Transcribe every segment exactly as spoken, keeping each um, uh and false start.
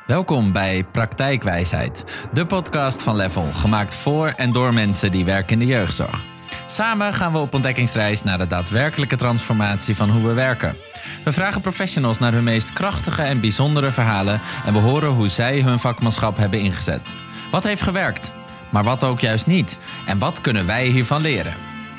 Welkom bij Praktijkwijsheid, de podcast van Level, gemaakt voor en door mensen die werken in de jeugdzorg. Samen gaan we op ontdekkingsreis naar de daadwerkelijke transformatie van hoe we werken. We vragen professionals naar hun meest krachtige en bijzondere verhalen en we horen hoe zij hun vakmanschap hebben ingezet. Wat heeft gewerkt, maar wat ook juist niet? En wat kunnen wij hiervan leren?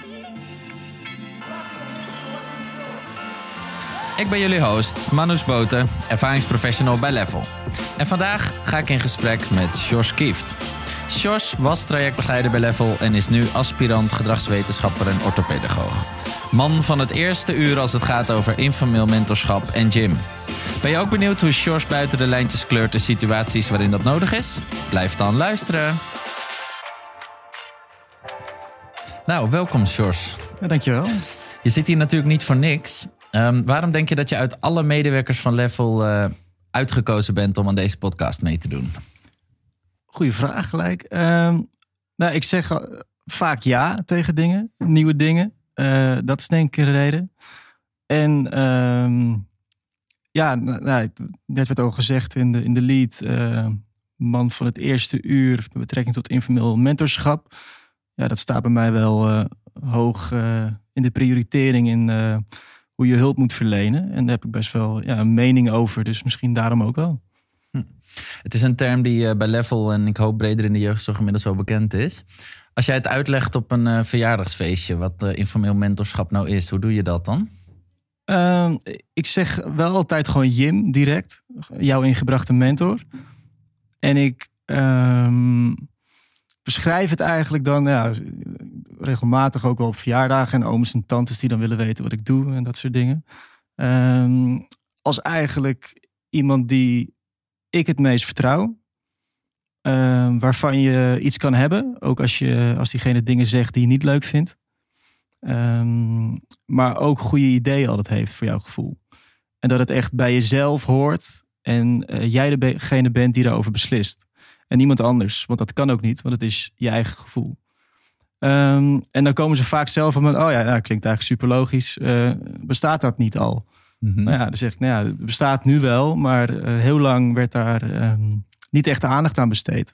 Ik ben jullie host, Manus Boten, ervaringsprofessional bij Level. En vandaag ga ik in gesprek met Jos Kieft. Jos was trajectbegeleider bij Level en is nu aspirant gedragswetenschapper en orthopedagoog. Man van het eerste uur als het gaat over informeel mentorschap en gym. Ben je ook benieuwd hoe Jos buiten de lijntjes kleurt in situaties waarin dat nodig is? Blijf dan luisteren. Nou, welkom Jos. Ja, dankjewel. Je zit hier natuurlijk niet voor niks. Um, waarom denk je dat je uit alle medewerkers van Level uh, uitgekozen bent om aan deze podcast mee te doen? Goeie vraag gelijk. Um, nou, ik zeg uh, vaak ja tegen dingen, nieuwe dingen. Uh, dat is denk ik een reden. En um, ja, nou, net werd al gezegd in de, in de lead, uh, man van het eerste uur met betrekking tot informeel mentorschap. Ja, dat staat bij mij wel uh, hoog uh, in de prioritering in uh, hoe je hulp moet verlenen. En daar heb ik best wel ja, een mening over, dus misschien daarom ook wel. Hm. Het is een term die uh, bij Level en ik hoop breder in de jeugdzorg inmiddels wel bekend is. Als jij het uitlegt op een uh, verjaardagsfeestje, wat uh, informeel mentorschap nou is, hoe doe je dat dan? Uh, ik zeg wel altijd gewoon Jim direct, jouw ingebrachte mentor. En ik um, beschrijf het eigenlijk dan ja, regelmatig ook wel op verjaardagen en ooms en tantes die dan willen weten wat ik doe en dat soort dingen. Um, als eigenlijk iemand die ik het meest vertrouw. Uh, waarvan je iets kan hebben. Ook als, je, als diegene dingen zegt die je niet leuk vindt. Um, maar ook goede ideeën altijd heeft voor jouw gevoel. En dat het echt bij jezelf hoort. En uh, jij degene bent die daarover beslist. En niemand anders. Want dat kan ook niet. Want het is je eigen gevoel. Um, en dan komen ze vaak zelf van. Oh ja, nou, klinkt eigenlijk super logisch. Uh, bestaat dat niet al? Mm-hmm. Nou ja, dan zeg ik, nou ja, het bestaat nu wel. Maar uh, heel lang werd daar um, niet echt aandacht aan besteed.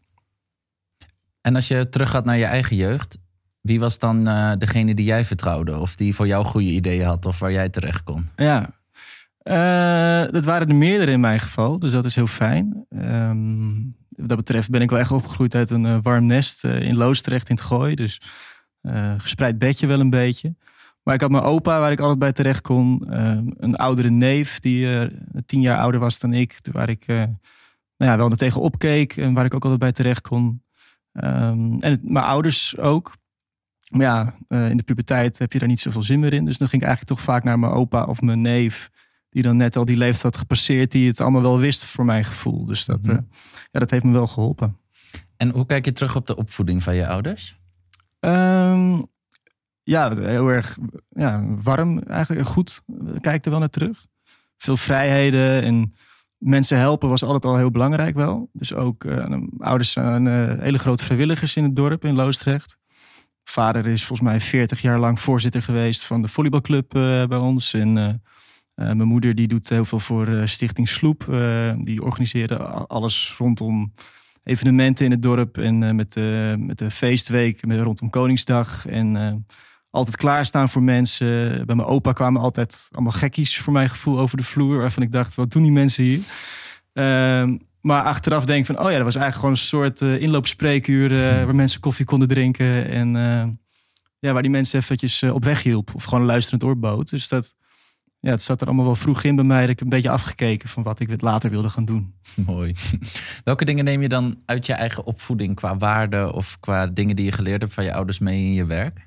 En als je teruggaat naar je eigen jeugd, wie was dan uh, degene die jij vertrouwde? Of die voor jou goede ideeën had of waar jij terecht kon? Ja, uh, dat waren er meerdere in mijn geval. Dus dat is heel fijn. Um, wat dat betreft ben ik wel echt opgegroeid uit een uh, warm nest uh, in Loosdrecht in het Gooi. Dus uh, gespreid bedje wel een beetje. Maar ik had mijn opa waar ik altijd bij terecht kon. Uh, een oudere neef die uh, tien jaar ouder was dan ik. Waar ik uh, nou ja, wel naar tegen opkeek en waar ik ook altijd bij terecht kon. Um, en het, mijn ouders ook. Maar ja, uh, in de puberteit heb je daar niet zoveel zin meer in. Dus dan ging ik eigenlijk toch vaak naar mijn opa of mijn neef. Die dan net al die leeftijd had gepasseerd. Die het allemaal wel wist voor mijn gevoel. Dus dat, mm-hmm. uh, ja, dat heeft me wel geholpen. En hoe kijk je terug op de opvoeding van je ouders? Um, ja, heel erg ja, warm eigenlijk. Goed, kijk er wel naar terug. Veel vrijheden en mensen helpen was altijd al heel belangrijk wel. Dus ook, uh, mijn ouders zijn uh, hele grote vrijwilligers in het dorp in Loosdrecht. Vader is volgens mij veertig jaar lang voorzitter geweest van de volleybalclub uh, bij ons. En uh, uh, mijn moeder die doet heel veel voor uh, Stichting Sloep. Uh, die organiseren alles rondom evenementen in het dorp. En uh, met, de, met de feestweek met, rondom Koningsdag. En uh, altijd klaarstaan voor mensen. Bij mijn opa kwamen altijd allemaal gekkies voor mijn gevoel over de vloer. Waarvan ik dacht, wat doen die mensen hier? Uh, maar achteraf denk ik van, oh ja, dat was eigenlijk gewoon een soort uh, inloopspreekuur. Uh, waar mensen koffie konden drinken. En uh, ja, waar die mensen eventjes uh, op weg hielp. Of gewoon luisterend oor bood. Dus dat, ja, het zat er allemaal wel vroeg in bij mij. Dat ik een beetje afgekeken van wat ik later wilde gaan doen. Mooi. Welke dingen neem je dan uit je eigen opvoeding qua waarde of qua dingen die je geleerd hebt van je ouders mee in je werk?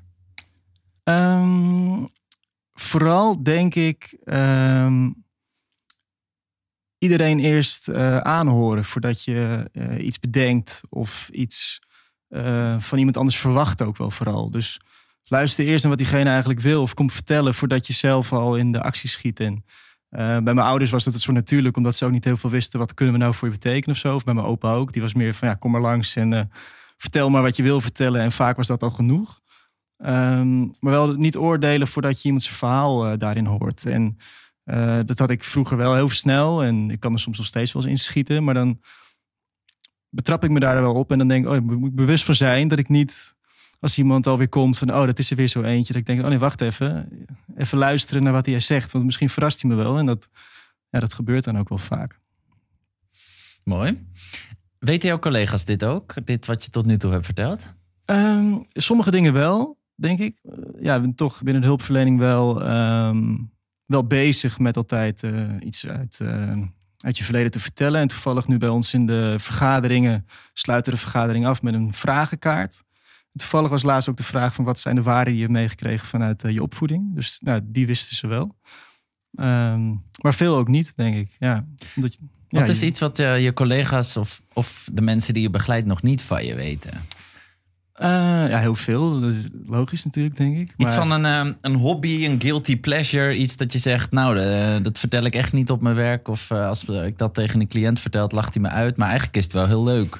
Um, vooral denk ik um, iedereen eerst uh, aanhoren voordat je uh, iets bedenkt of iets uh, van iemand anders verwacht ook wel vooral. Dus luister eerst naar wat diegene eigenlijk wil of kom vertellen voordat je zelf al in de actie schiet. En uh, bij mijn ouders was dat het zo natuurlijk, omdat ze ook niet heel veel wisten wat kunnen we nou voor je betekenen of zo. Of bij mijn opa ook. Die was meer van ja, kom maar langs en uh, vertel maar wat je wil vertellen. En vaak was dat al genoeg. Um, maar wel niet oordelen voordat je iemand zijn verhaal uh, daarin hoort. En Uh, dat had ik vroeger wel heel snel. En ik kan er soms nog steeds wel eens inschieten. Maar dan betrap ik me daar wel op. En dan denk ik, oh, ik moet bewust van zijn dat ik niet... Als iemand alweer komt van, oh, dat is er weer zo eentje. Dat ik denk, oh nee, wacht even. Even luisteren naar wat hij zegt. Want misschien verrast hij me wel. En dat, ja, dat gebeurt dan ook wel vaak. Mooi. Weten jouw collega's dit ook? Dit wat je tot nu toe hebt verteld? Um, sommige dingen wel, denk ik. Uh, ja, ik ben toch binnen de hulpverlening wel, um, wel bezig met altijd uh, iets uit, uh, uit je verleden te vertellen. En toevallig nu bij ons in de vergaderingen sluiten de vergadering af met een vragenkaart. En toevallig was laatst ook de vraag van wat zijn de waarden die je hebt meegekregen vanuit uh, je opvoeding. Dus nou, die wisten ze wel. Um, maar veel ook niet, denk ik. Ja, omdat je, wat ja, is je, iets wat uh, je collega's of, of de mensen die je begeleidt nog niet van je weten? Uh, ja, heel veel. Dat is logisch natuurlijk, denk ik. Maar... Iets van een, uh, een hobby, een guilty pleasure. Iets dat je zegt, nou, uh, dat vertel ik echt niet op mijn werk. Of uh, als ik dat tegen een cliënt vertel, lacht hij me uit. Maar eigenlijk is het wel heel leuk.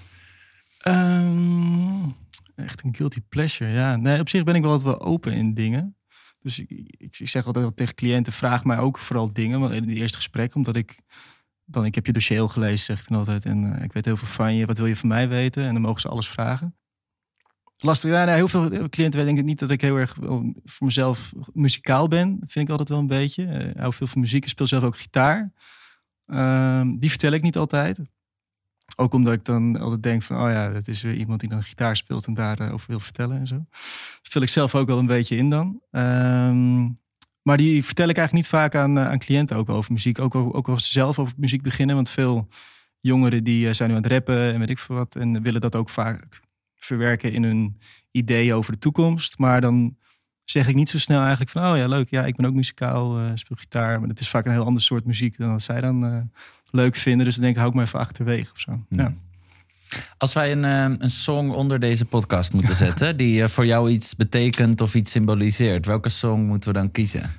Um, echt een guilty pleasure, ja. Nee, op zich ben ik wel altijd wel open in dingen. Dus ik, ik, ik zeg altijd wel tegen cliënten, vraag mij ook vooral dingen. In het eerste gesprek, omdat ik... Dan, ik heb je dossier al gelezen, zegt hij altijd. En uh, ik weet heel veel van je. Wat wil je van mij weten? En dan mogen ze alles vragen. Lastig. Ja, nee, heel veel cliënten weten niet dat ik heel erg voor mezelf muzikaal ben. Dat vind ik altijd wel een beetje. Uh, ik hou veel van muziek. Ik speel zelf ook gitaar. Uh, die vertel ik niet altijd. Ook omdat ik dan altijd denk van... oh ja, dat is weer iemand die dan gitaar speelt en daarover uh, wil vertellen en zo. Dat vul ik zelf ook wel een beetje in dan. Uh, maar die vertel ik eigenlijk niet vaak aan, uh, aan cliënten ook over muziek. Ook, ook als ze zelf over muziek beginnen. Want veel jongeren die uh, zijn nu aan het rappen en weet ik veel wat. En willen dat ook vaak verwerken in hun ideeën over de toekomst. Maar dan zeg ik niet zo snel eigenlijk van... oh ja, leuk, ja, ik ben ook muzikaal, uh, speel gitaar. Maar het is vaak een heel ander soort muziek dan wat zij dan uh, leuk vinden. Dus dan denk ik, hou ik maar even achterwege of zo. Hmm. Ja. Als wij een, uh, een song onder deze podcast moeten zetten... die uh, voor jou iets betekent of iets symboliseert... welke song moeten we dan kiezen?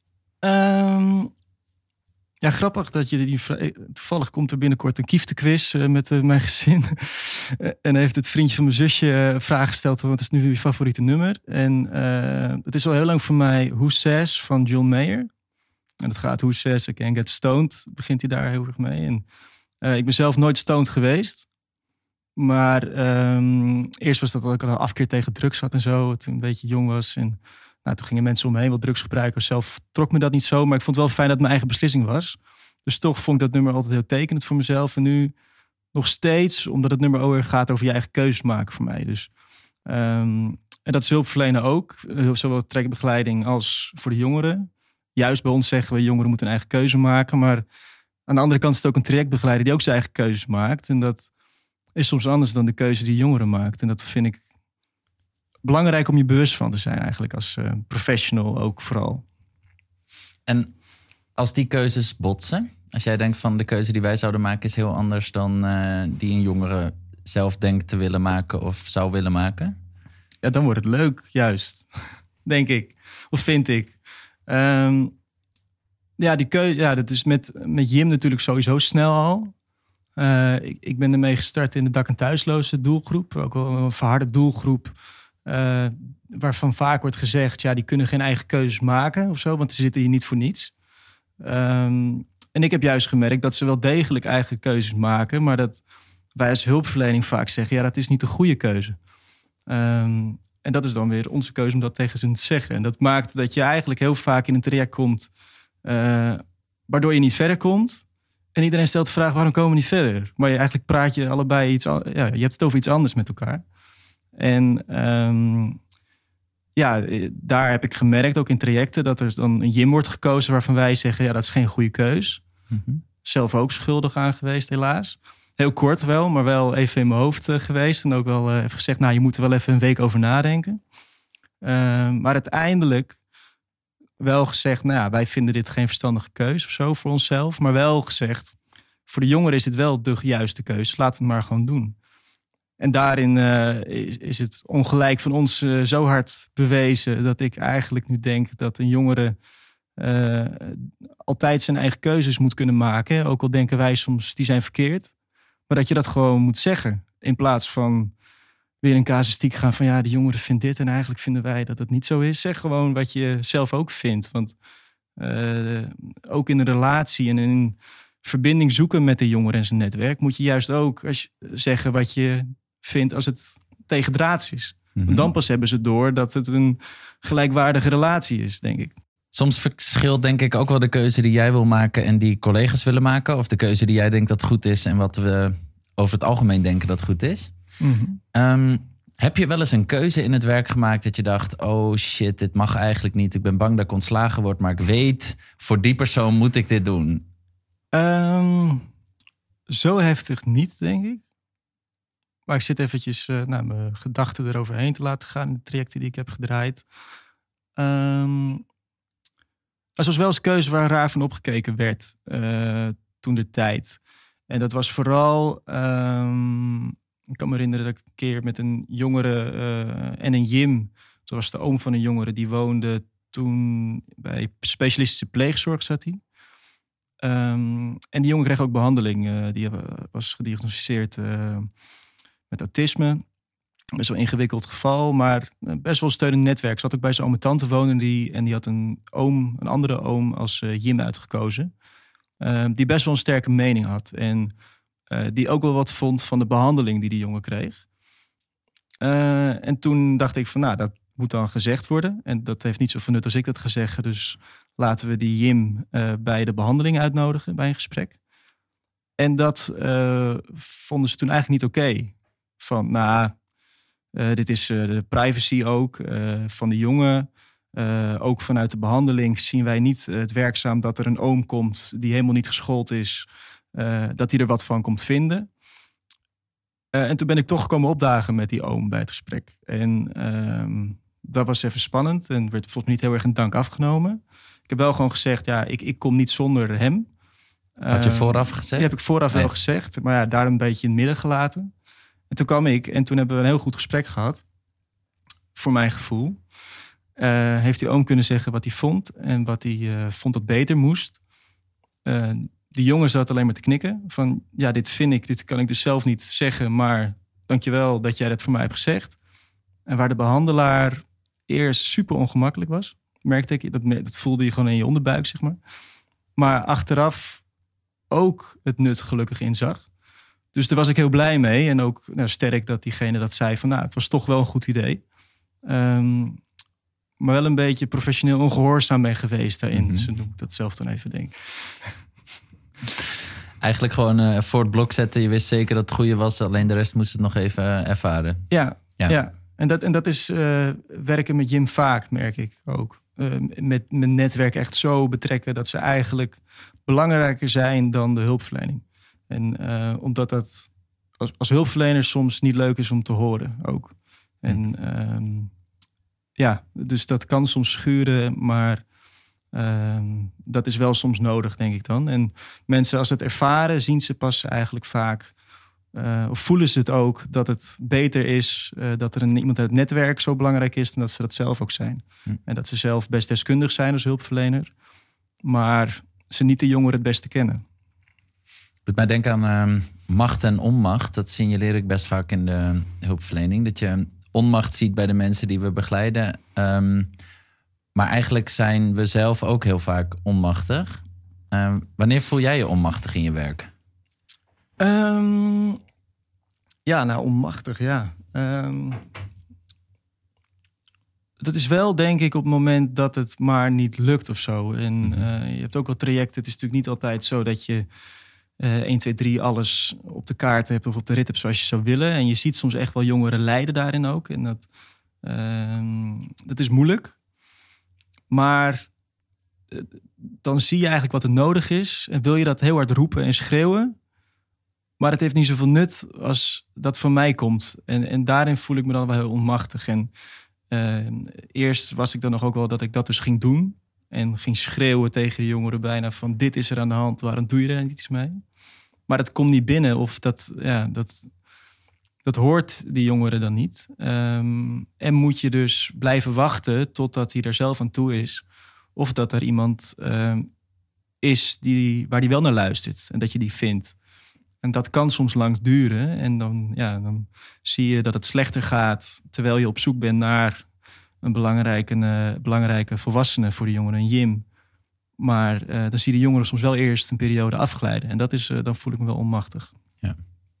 Um, ja, grappig dat je die... Toevallig komt er binnenkort een kieftequiz uh, met uh, mijn gezin. En heeft het vriendje van mijn zusje uh, vragen gesteld... wat is nu je favoriete nummer? En uh, het is al heel lang voor mij Who Says van John Mayer. En het gaat Who Says I Can't Get Stoned. Begint hij daar heel erg mee. En uh, ik ben zelf nooit stoned geweest... Maar um, eerst was dat dat ik al een afkeer tegen drugs had en zo. Toen ik een beetje jong was. En nou, toen gingen mensen om me heen wel drugs gebruiken. Zelf trok me dat niet zo. Maar ik vond het wel fijn dat het mijn eigen beslissing was. Dus toch vond ik dat nummer altijd heel tekenend voor mezelf. En nu nog steeds. Omdat het nummer ook gaat over je eigen keuzes maken voor mij. Dus, um, en dat is hulpverlenen ook. Zowel trekbegeleiding als voor de jongeren. Juist bij ons zeggen we jongeren moeten een eigen keuze maken. Maar aan de andere kant is het ook een trajectbegeleider die ook zijn eigen keuzes maakt. En dat... is soms anders dan de keuze die jongeren maakt. En dat vind ik belangrijk om je bewust van te zijn eigenlijk als uh, professional ook vooral. En als die keuzes botsen, als jij denkt van de keuze die wij zouden maken is heel anders dan uh, die een jongere zelf denkt te willen maken of zou willen maken? Ja, dan wordt het leuk, juist. Denk ik. Of vind ik. Um, ja, die keuze, ja, dat is met, met Jim natuurlijk sowieso snel al. Uh, ik, ik ben ermee gestart in de dak- en thuisloze doelgroep. Ook wel een verharde doelgroep. Uh, waarvan vaak wordt gezegd... ja, die kunnen geen eigen keuzes maken of zo... want ze zitten hier niet voor niets. Um, en ik heb juist gemerkt dat ze wel degelijk eigen keuzes maken... maar dat wij als hulpverlening vaak zeggen... ja, dat is niet de goede keuze. Um, en dat is dan weer onze keuze om dat tegen ze te zeggen. En dat maakt dat je eigenlijk heel vaak in een traject komt... Uh, waardoor je niet verder komt... En iedereen stelt de vraag, waarom komen we niet verder? Maar je, eigenlijk praat je allebei iets... Ja, je hebt het over iets anders met elkaar. En um, ja, daar heb ik gemerkt, ook in trajecten... dat er dan een Jim wordt gekozen waarvan wij zeggen... ja, dat is geen goede keus. Mm-hmm. Zelf ook schuldig aan geweest, helaas. Heel kort wel, maar wel even in mijn hoofd uh, geweest. En ook wel uh, even gezegd, nou, je moet er wel even een week over nadenken. Uh, maar uiteindelijk... wel gezegd, nou ja, wij vinden dit geen verstandige keuze of zo voor onszelf. Maar wel gezegd, voor de jongeren is dit wel de juiste keuze. Laten we het maar gewoon doen. En daarin uh, is, is het ongelijk van ons uh, zo hard bewezen... dat ik eigenlijk nu denk dat een jongere uh, altijd zijn eigen keuzes moet kunnen maken. Ook al denken wij soms, die zijn verkeerd. Maar dat je dat gewoon moet zeggen. In plaats van... weer een casuïstiek gaan van ja, de jongeren vindt dit... en eigenlijk vinden wij dat het niet zo is. Zeg gewoon wat je zelf ook vindt. Want Uh, ook in een relatie en in verbinding zoeken met de jongere en zijn netwerk, moet je juist ook als je, zeggen wat je vindt als het tegendraads is. Mm-hmm. Want dan pas hebben ze door dat het een gelijkwaardige relatie is, denk ik. Soms verschilt denk ik ook wel de keuze die jij wil maken en die collega's willen maken. Of de keuze die jij denkt dat goed is en wat we over het algemeen denken dat goed is. Mm-hmm. Um, heb je wel eens een keuze in het werk gemaakt dat je dacht, oh shit, dit mag eigenlijk niet. Ik ben bang dat ik ontslagen word, maar ik weet, voor die persoon moet ik dit doen. Um, zo heftig niet, denk ik. Maar ik zit eventjes uh, nou, mijn gedachten eroverheen te laten gaan in de trajecten die ik heb gedraaid. Um, er was wel eens keuze waar raar van opgekeken werd uh, toen de tijd. En dat was vooral, um, ik kan me herinneren dat ik een keer met een jongere uh, en een Jim, dat was de oom van een jongere, die woonde toen bij specialistische pleegzorg zat hij. Um, en die jongen kreeg ook behandeling. Uh, die was gediagnosticeerd uh, met autisme. Best wel een ingewikkeld geval, maar best wel steunend netwerk. Ze had ook bij zijn oom en tante wonen die, en die had een oom, een andere oom als uh, Jim uitgekozen. Uh, die best wel een sterke mening had. En uh, die ook wel wat vond van de behandeling die die jongen kreeg. Uh, en toen dacht ik van, nou, dat moet dan gezegd worden. En dat heeft niet zoveel nut als ik dat ga zeggen. Dus laten we die Jim uh, bij de behandeling uitnodigen, bij een gesprek. En dat uh, vonden ze toen eigenlijk niet oké. Okay. Van, nou, uh, dit is uh, de privacy ook uh, van de jongen. Uh, ook vanuit de behandeling zien wij niet uh, het werkzaam dat er een oom komt die helemaal niet geschoold is. Uh, dat hij er wat van komt vinden. Uh, en toen ben ik toch komen opdagen met die oom bij het gesprek. En uh, dat was even spannend en werd volgens mij niet heel erg een dank afgenomen. Ik heb wel gewoon gezegd, ja, ik, ik kom niet zonder hem. Had je vooraf gezegd? Ja, heb ik vooraf nee. wel gezegd. Maar ja, daar een beetje in het midden gelaten. En toen kwam ik en toen hebben we een heel goed gesprek gehad. Voor mijn gevoel. Uh, heeft die oom kunnen zeggen wat hij vond. En wat hij uh, vond dat beter moest. Uh, die jongen zat alleen maar te knikken. Van, ja, dit vind ik, dit kan ik dus zelf niet zeggen. Maar dankjewel dat jij dat voor mij hebt gezegd. En waar de behandelaar eerst super ongemakkelijk was. Merkte ik, dat, dat voelde je gewoon in je onderbuik, zeg maar. Maar achteraf ook het nut gelukkig inzag. Dus daar was ik heel blij mee. En ook nou, sterk dat diegene dat zei van, nou, het was toch wel een goed idee. Um, maar wel een beetje professioneel ongehoorzaam ben geweest daarin. Mm-hmm. Zo noem ik dat zelf dan even, denk ik. Eigenlijk gewoon uh, voor het blok zetten. Je wist zeker dat het goede was. Alleen de rest moest het nog even uh, ervaren. Ja, ja. ja. En, dat, en dat is uh, werken met Jim vaak, merk ik ook. Uh, met mijn netwerk echt zo betrekken dat ze eigenlijk belangrijker zijn dan de hulpverlening. En uh, omdat dat als, als hulpverlener soms niet leuk is om te horen ook. En um, ja, dus dat kan soms schuren, maar um, dat is wel soms nodig, denk ik dan. En mensen, als het ervaren, zien ze pas eigenlijk vaak, uh, of voelen ze het ook, dat het beter is, uh, dat er een, iemand uit het netwerk zo belangrijk is, en dat ze dat zelf ook zijn. Hm. En dat ze zelf best deskundig zijn als hulpverlener, maar ze niet de jongeren het beste kennen. Doet mij denken aan uh, macht en onmacht. Dat signaleer ik best vaak in de hulpverlening. Dat je onmacht ziet bij de mensen die we begeleiden. Um, maar eigenlijk zijn we zelf ook heel vaak onmachtig. Um, wanneer voel jij je onmachtig in je werk? Um, ja, nou onmachtig, ja. Um, dat is wel, denk ik, op het moment dat het maar niet lukt of zo. En mm-hmm. uh, je hebt ook wel trajecten. Het is natuurlijk niet altijd zo dat je Uh, één, twee, drie alles op de kaart hebt of op de rit hebt zoals je zou willen. En je ziet soms echt wel jongeren lijden daarin ook. En dat, uh, dat is moeilijk. Maar uh, dan zie je eigenlijk wat er nodig is. En wil je dat heel hard roepen en schreeuwen. Maar het heeft niet zoveel nut als dat van mij komt. En, en daarin voel ik me dan wel heel onmachtig. En uh, eerst was ik dan nog ook wel dat ik dat dus ging doen. En ging schreeuwen tegen de jongeren bijna van, dit is er aan de hand, waarom doe je er iets mee? Maar dat komt niet binnen of dat, ja, dat, dat hoort die jongeren dan niet. Um, en moet je dus blijven wachten totdat hij er zelf aan toe is. Of dat er iemand um, is die, waar die wel naar luistert en dat je die vindt. En dat kan soms lang duren en dan, ja, dan zie je dat het slechter gaat terwijl je op zoek bent naar een belangrijke, uh, belangrijke volwassene voor de jongeren, een Jim. Maar uh, dan zie je de jongeren soms wel eerst een periode afglijden. En dat is, uh, dan voel ik me wel onmachtig. Ja.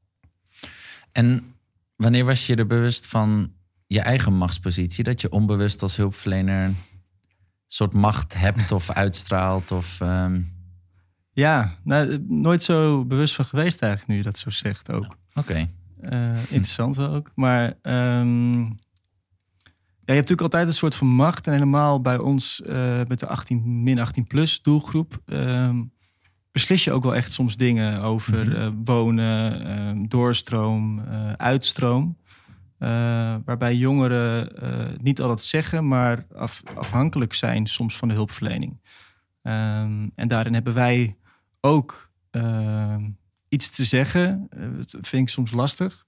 En wanneer was je er bewust van je eigen machtspositie? Dat je onbewust als hulpverlener een soort macht hebt of uitstraalt? Of, um... Ja, nou, nooit zo bewust van geweest eigenlijk nu je dat zo zegt ook. Oké. Okay. Uh, interessant wel ook. Maar um, ja, je hebt natuurlijk altijd een soort van macht. En helemaal bij ons uh, met de achttien min achttien plus doelgroep Um, beslis je ook wel echt soms dingen over uh, wonen, uh, doorstroom, uh, uitstroom. Uh, waarbij jongeren uh, niet altijd zeggen, maar af, afhankelijk zijn soms van de hulpverlening. Um, en daarin hebben wij ook uh, iets te zeggen. Uh, dat vind ik soms lastig.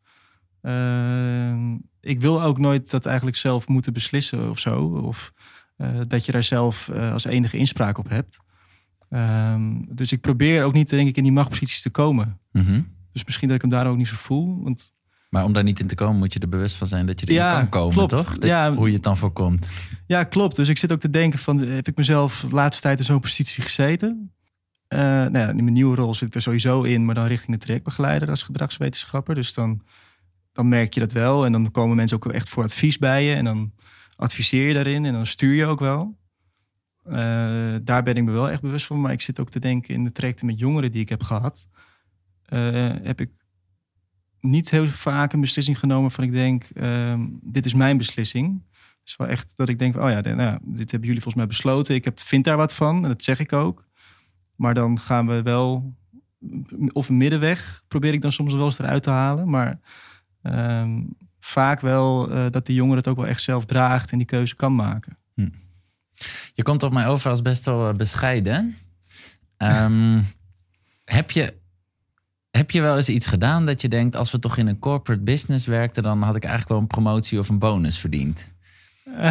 Uh, ik wil ook nooit dat eigenlijk zelf moeten beslissen of zo. Of uh, dat je daar zelf uh, als enige inspraak op hebt. Um, dus ik probeer ook niet, denk ik, in die machtposities te komen. Mm-hmm. Dus misschien dat ik hem daar ook niet zo voel. Want... Maar om daar niet in te komen, moet je er bewust van zijn dat je er ja, kan komen, klopt. toch? Dat, ja, hoe je het dan voorkomt. Ja, klopt. Dus ik zit ook te denken van, heb ik mezelf de laatste tijd in zo'n positie gezeten? Uh, nou ja, in mijn nieuwe rol zit ik er sowieso in, maar dan richting de trajectbegeleider als gedragswetenschapper. Dus dan, dan merk je dat wel. En dan komen mensen ook echt voor advies bij je. En dan adviseer je daarin en dan stuur je ook wel. Uh, daar ben ik me wel echt bewust van. Maar ik zit ook te denken in de trajecten met jongeren die ik heb gehad. Uh, heb ik niet heel vaak een beslissing genomen van ik denk, uh, dit is mijn beslissing. Het is wel echt dat ik denk, oh ja, nou ja, dit hebben jullie volgens mij besloten. Ik heb, vind daar wat van en dat zeg ik ook. Maar dan gaan we wel, of een middenweg probeer ik dan soms wel eens eruit te halen. Maar uh, vaak wel uh, dat de jongere het ook wel echt zelf draagt en die keuze kan maken. Hm. Je komt op mij over als best wel bescheiden. Um, heb je... Heb je wel eens iets gedaan dat je denkt, als we toch in een corporate business werkten, dan had ik eigenlijk wel een promotie of een bonus verdiend? Uh,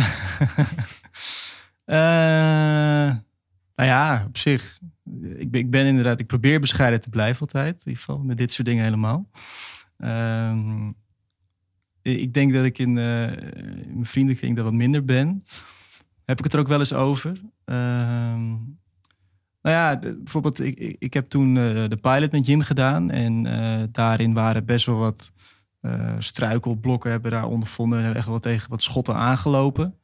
uh, nou ja, op zich. Ik ben, ik ben inderdaad, ik probeer bescheiden te blijven altijd. In ieder geval met dit soort dingen helemaal. Uh, ik denk dat ik in, uh, in mijn vriendenkring dat wat minder ben. Heb ik het er ook wel eens over. Uh, Nou ja, de, bijvoorbeeld, ik, ik, ik heb toen uh, de pilot met Jim gedaan. En uh, daarin waren best wel wat uh, struikelblokken hebben daar ondervonden. We hebben echt wel tegen wat schotten aangelopen.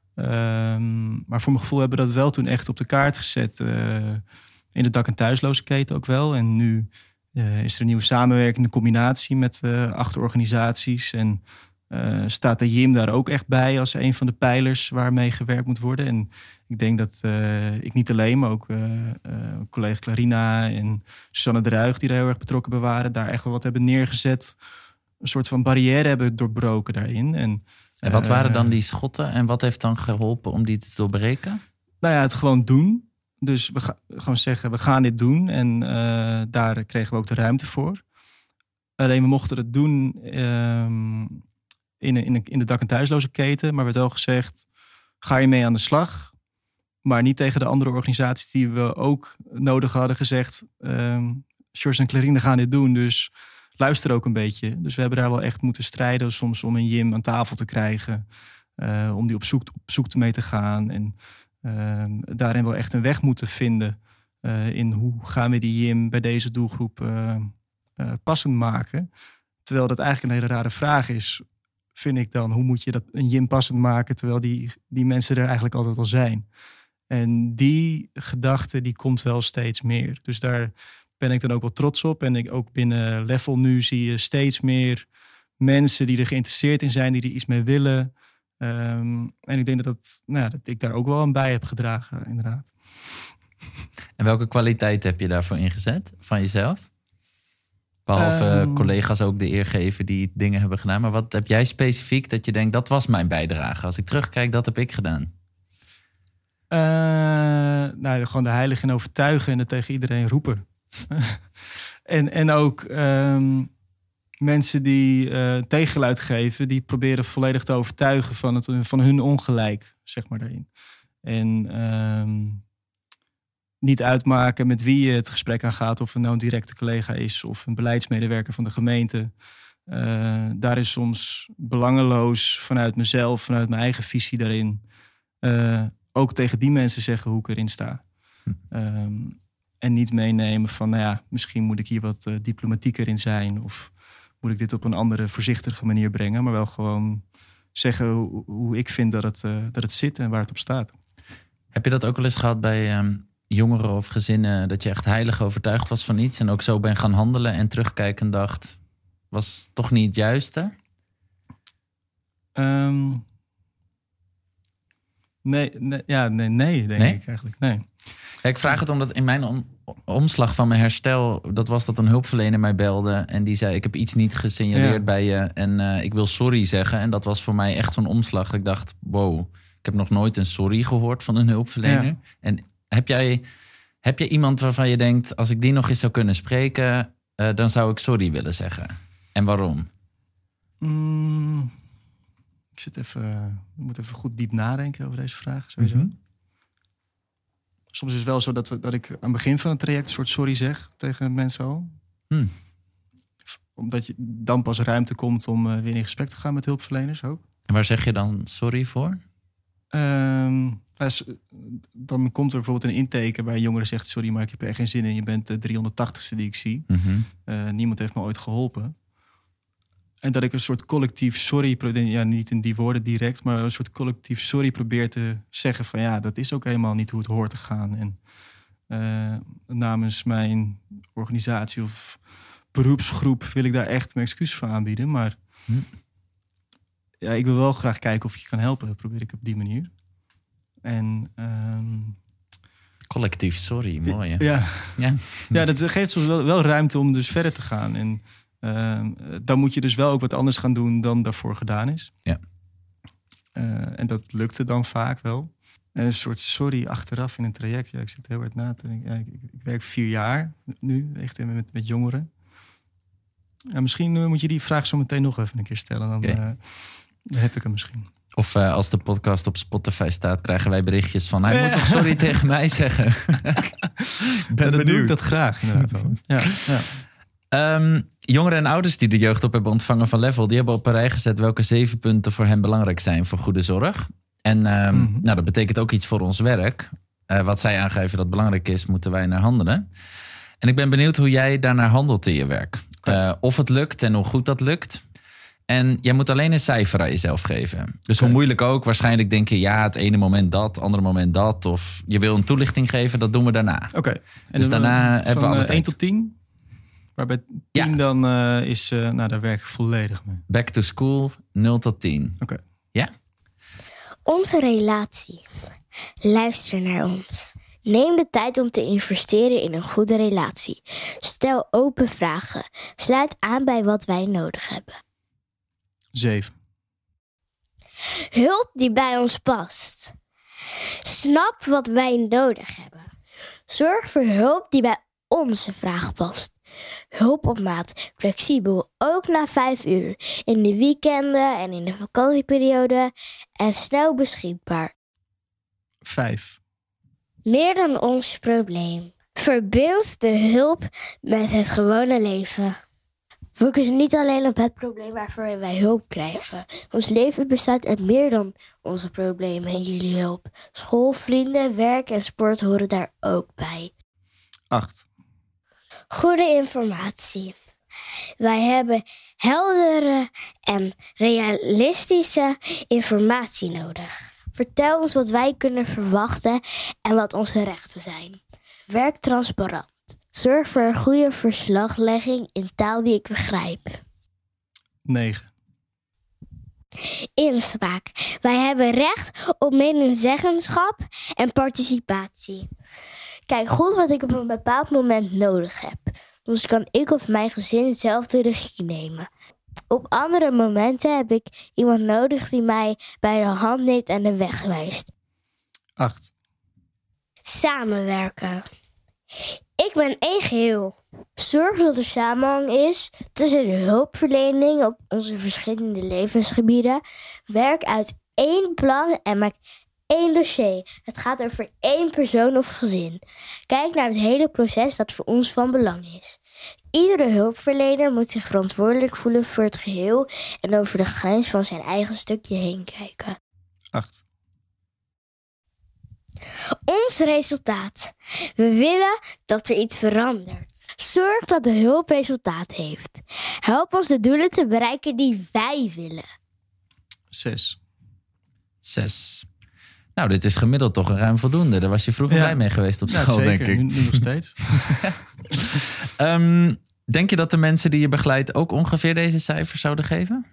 Um, maar voor mijn gevoel hebben we dat wel toen echt op de kaart gezet. Uh, in de dak- en thuisloze keten ook wel. En nu uh, is er een nieuwe samenwerkende combinatie met uh, acht organisaties. En uh, staat de Jim daar ook echt bij als een van de pijlers waarmee gewerkt moet worden. En ik denk dat uh, ik niet alleen, maar ook uh, uh, collega Clarina en Susanne de Ruig, die daar heel erg betrokken bij waren, daar echt wel wat hebben neergezet. Een soort van barrière hebben doorbroken daarin. En, en wat waren uh, dan die schotten? En wat heeft dan geholpen om die te doorbreken? Nou ja, het gewoon doen. Dus we gaan gewoon zeggen, we gaan dit doen. En uh, daar kregen we ook de ruimte voor. Alleen we mochten het doen um, in, in, in de dak- en thuisloze keten. Maar werd wel gezegd, ga je mee aan de slag? Maar niet tegen de andere organisaties die we ook nodig hadden gezegd. Um, Sjors en Clarine gaan dit doen, dus luister ook een beetje. Dus we hebben daar wel echt moeten strijden. Soms om een Jim aan tafel te krijgen. Uh, om die op zoek, op zoek mee te gaan. En uh, daarin wel echt een weg moeten vinden. Uh, in hoe gaan we die Jim bij deze doelgroep uh, uh, passend maken. Terwijl dat eigenlijk een hele rare vraag is. Vind ik dan, hoe moet je dat een Jim passend maken. Terwijl die, die mensen er eigenlijk altijd al zijn. En die gedachte die komt wel steeds meer. Dus daar ben ik dan ook wel trots op. En ik ook binnen Level nu zie je steeds meer mensen die er geïnteresseerd in zijn, die er iets mee willen. Um, en ik denk dat, dat, nou, dat ik daar ook wel aan bij heb gedragen, inderdaad. En welke kwaliteit heb je daarvoor ingezet van jezelf? Behalve um, collega's ook de eer geven die dingen hebben gedaan. Maar wat heb jij specifiek dat je denkt, dat was mijn bijdrage? Als ik terugkijk, dat heb ik gedaan. Uh, nou, gewoon de heiligen overtuigen en het tegen iedereen roepen. en, en ook um, mensen die uh, tegengeluid geven, die proberen volledig te overtuigen van, het, van hun ongelijk, zeg maar daarin. En um, niet uitmaken met wie je het gesprek aangaat, of het nou een directe collega is of een beleidsmedewerker van de gemeente. Uh, daar is soms belangeloos vanuit mezelf, vanuit mijn eigen visie daarin. Uh, ook tegen die mensen zeggen hoe ik erin sta. Um, en niet meenemen van, nou ja, misschien moet ik hier wat uh, diplomatieker in zijn. Of moet ik dit op een andere, voorzichtige manier brengen. Maar wel gewoon zeggen hoe, hoe ik vind dat het, uh, dat het zit en waar het op staat. Heb je dat ook wel eens gehad bij um, jongeren of gezinnen, dat je echt heilig overtuigd was van iets en ook zo ben gaan handelen en terugkijkend dacht, was toch niet het juiste? Um, nee, nee, ja, nee, nee, denk nee? ik eigenlijk. Nee. Ja, ik vraag het omdat in mijn om, omslag van mijn herstel, dat was dat een hulpverlener mij belde en die zei, ik heb iets niet gesignaleerd ja. bij je en uh, ik wil sorry zeggen. En dat was voor mij echt zo'n omslag. Ik dacht, wow, ik heb nog nooit een sorry gehoord van een hulpverlener. Ja. En heb jij, heb jij iemand waarvan je denkt, als ik die nog eens zou kunnen spreken, uh, dan zou ik sorry willen zeggen? En waarom? Mm, ik zit even, ik moet even goed diep nadenken over deze vraag, sowieso. Mm-hmm. Soms is het wel zo dat, we, dat ik aan het begin van het traject een soort sorry zeg tegen mensen al. Hmm. Omdat je dan pas ruimte komt om uh, weer in gesprek te gaan met hulpverleners ook. En waar zeg je dan sorry voor? Um, dan komt er bijvoorbeeld een intake waar jongeren zegt, sorry, maar ik heb er echt geen zin in. Je bent de driehonderdtachtigste die ik zie. Mm-hmm. Uh, niemand heeft me ooit geholpen. En dat ik een soort collectief sorry, ja, niet in die woorden direct, maar een soort collectief sorry probeer te zeggen van ja, dat is ook helemaal niet hoe het hoort te gaan. En uh, namens mijn organisatie of beroepsgroep wil ik daar echt mijn excuus voor aanbieden. Maar hm. ja, ik wil wel graag kijken of ik je kan helpen. Dat probeer ik op die manier. En um, collectief sorry, mooi hè? Ja, ja. ja dat geeft soms wel, wel ruimte om dus verder te gaan. En Uh, dan moet je dus wel ook wat anders gaan doen dan daarvoor gedaan is. Ja. Uh, en dat lukte dan vaak wel. En een soort sorry achteraf in een traject. Ja, ik zit heel hard na te denken. Ja, ik, ik werk vier jaar nu, echt met, met jongeren. Ja, misschien uh, moet je die vraag zo meteen nog even een keer stellen. Dan, okay. uh, dan heb ik hem misschien. Of uh, als de podcast op Spotify staat, krijgen wij berichtjes van, hij moet nog sorry tegen mij zeggen. ben ja, dan doe ik dat graag inderdaad wel. Ja, ja. Um, jongeren en ouders die de jeugdhulp hebben ontvangen van Level, die hebben op een rij gezet welke zeven punten voor hen belangrijk zijn voor goede zorg. En um, mm-hmm. nou, dat betekent ook iets voor ons werk. Uh, wat zij aangeven dat belangrijk is, moeten wij naar handelen. En ik ben benieuwd hoe jij daarnaar handelt in je werk. Okay. Uh, of het lukt en hoe goed dat lukt. En jij moet alleen een cijfer aan jezelf geven. Dus okay. hoe moeilijk ook, waarschijnlijk denk je, ja, het ene moment dat, het andere moment dat. Of je wil een toelichting geven, dat doen we daarna. Oké. Okay. Dus daarna van, hebben we alle uh, tijd. één tot tien? Waarbij tien ja. dan uh, is, uh, nou daar werk ik volledig mee. Back to school, nul tot tien. Oké. Okay. Ja? Onze relatie. Luister naar ons. Neem de tijd om te investeren in een goede relatie. Stel open vragen. Sluit aan bij wat wij nodig hebben. Zeven. Hulp die bij ons past. Snap wat wij nodig hebben. Zorg voor hulp die bij onze vraag past. Hulp op maat, flexibel, ook na vijf uur, in de weekenden en in de vakantieperiode en snel beschikbaar. Vijf. Meer dan ons probleem. Verbind de hulp met het gewone leven. Focus niet alleen op het probleem waarvoor wij hulp krijgen. Ons leven bestaat uit meer dan onze problemen en jullie hulp. School, vrienden, werk en sport horen daar ook bij. Acht. Goede informatie. Wij hebben heldere en realistische informatie nodig. Vertel ons wat wij kunnen verwachten en wat onze rechten zijn. Werk transparant. Zorg voor een goede verslaglegging in taal die ik begrijp. negen. Inspraak. Wij hebben recht op medezeggenschap en participatie. Kijk goed wat ik op een bepaald moment nodig heb. Dus kan ik of mijn gezin zelf de regie nemen. Op andere momenten heb ik iemand nodig die mij bij de hand neemt en de weg wijst. Acht. Samenwerken. Ik ben één geheel. Zorg dat er samenhang is tussen de hulpverlening op onze verschillende levensgebieden. Werk uit één plan en maak één dossier. Het gaat over één persoon of gezin. Kijk naar het hele proces dat voor ons van belang is. Iedere hulpverlener moet zich verantwoordelijk voelen voor het geheel en over de grens van zijn eigen stukje heen kijken. Acht. Ons resultaat. We willen dat er iets verandert. Zorg dat de hulp resultaat heeft. Help ons de doelen te bereiken die wij willen. Zes. Zes. Nou, dit is gemiddeld toch een ruim voldoende. Daar was je vroeger Ja. blij mee geweest op Ja, school, zeker. denk ik. Nu, nu nog steeds. Um, denk je dat de mensen die je begeleidt ook ongeveer deze cijfers zouden geven?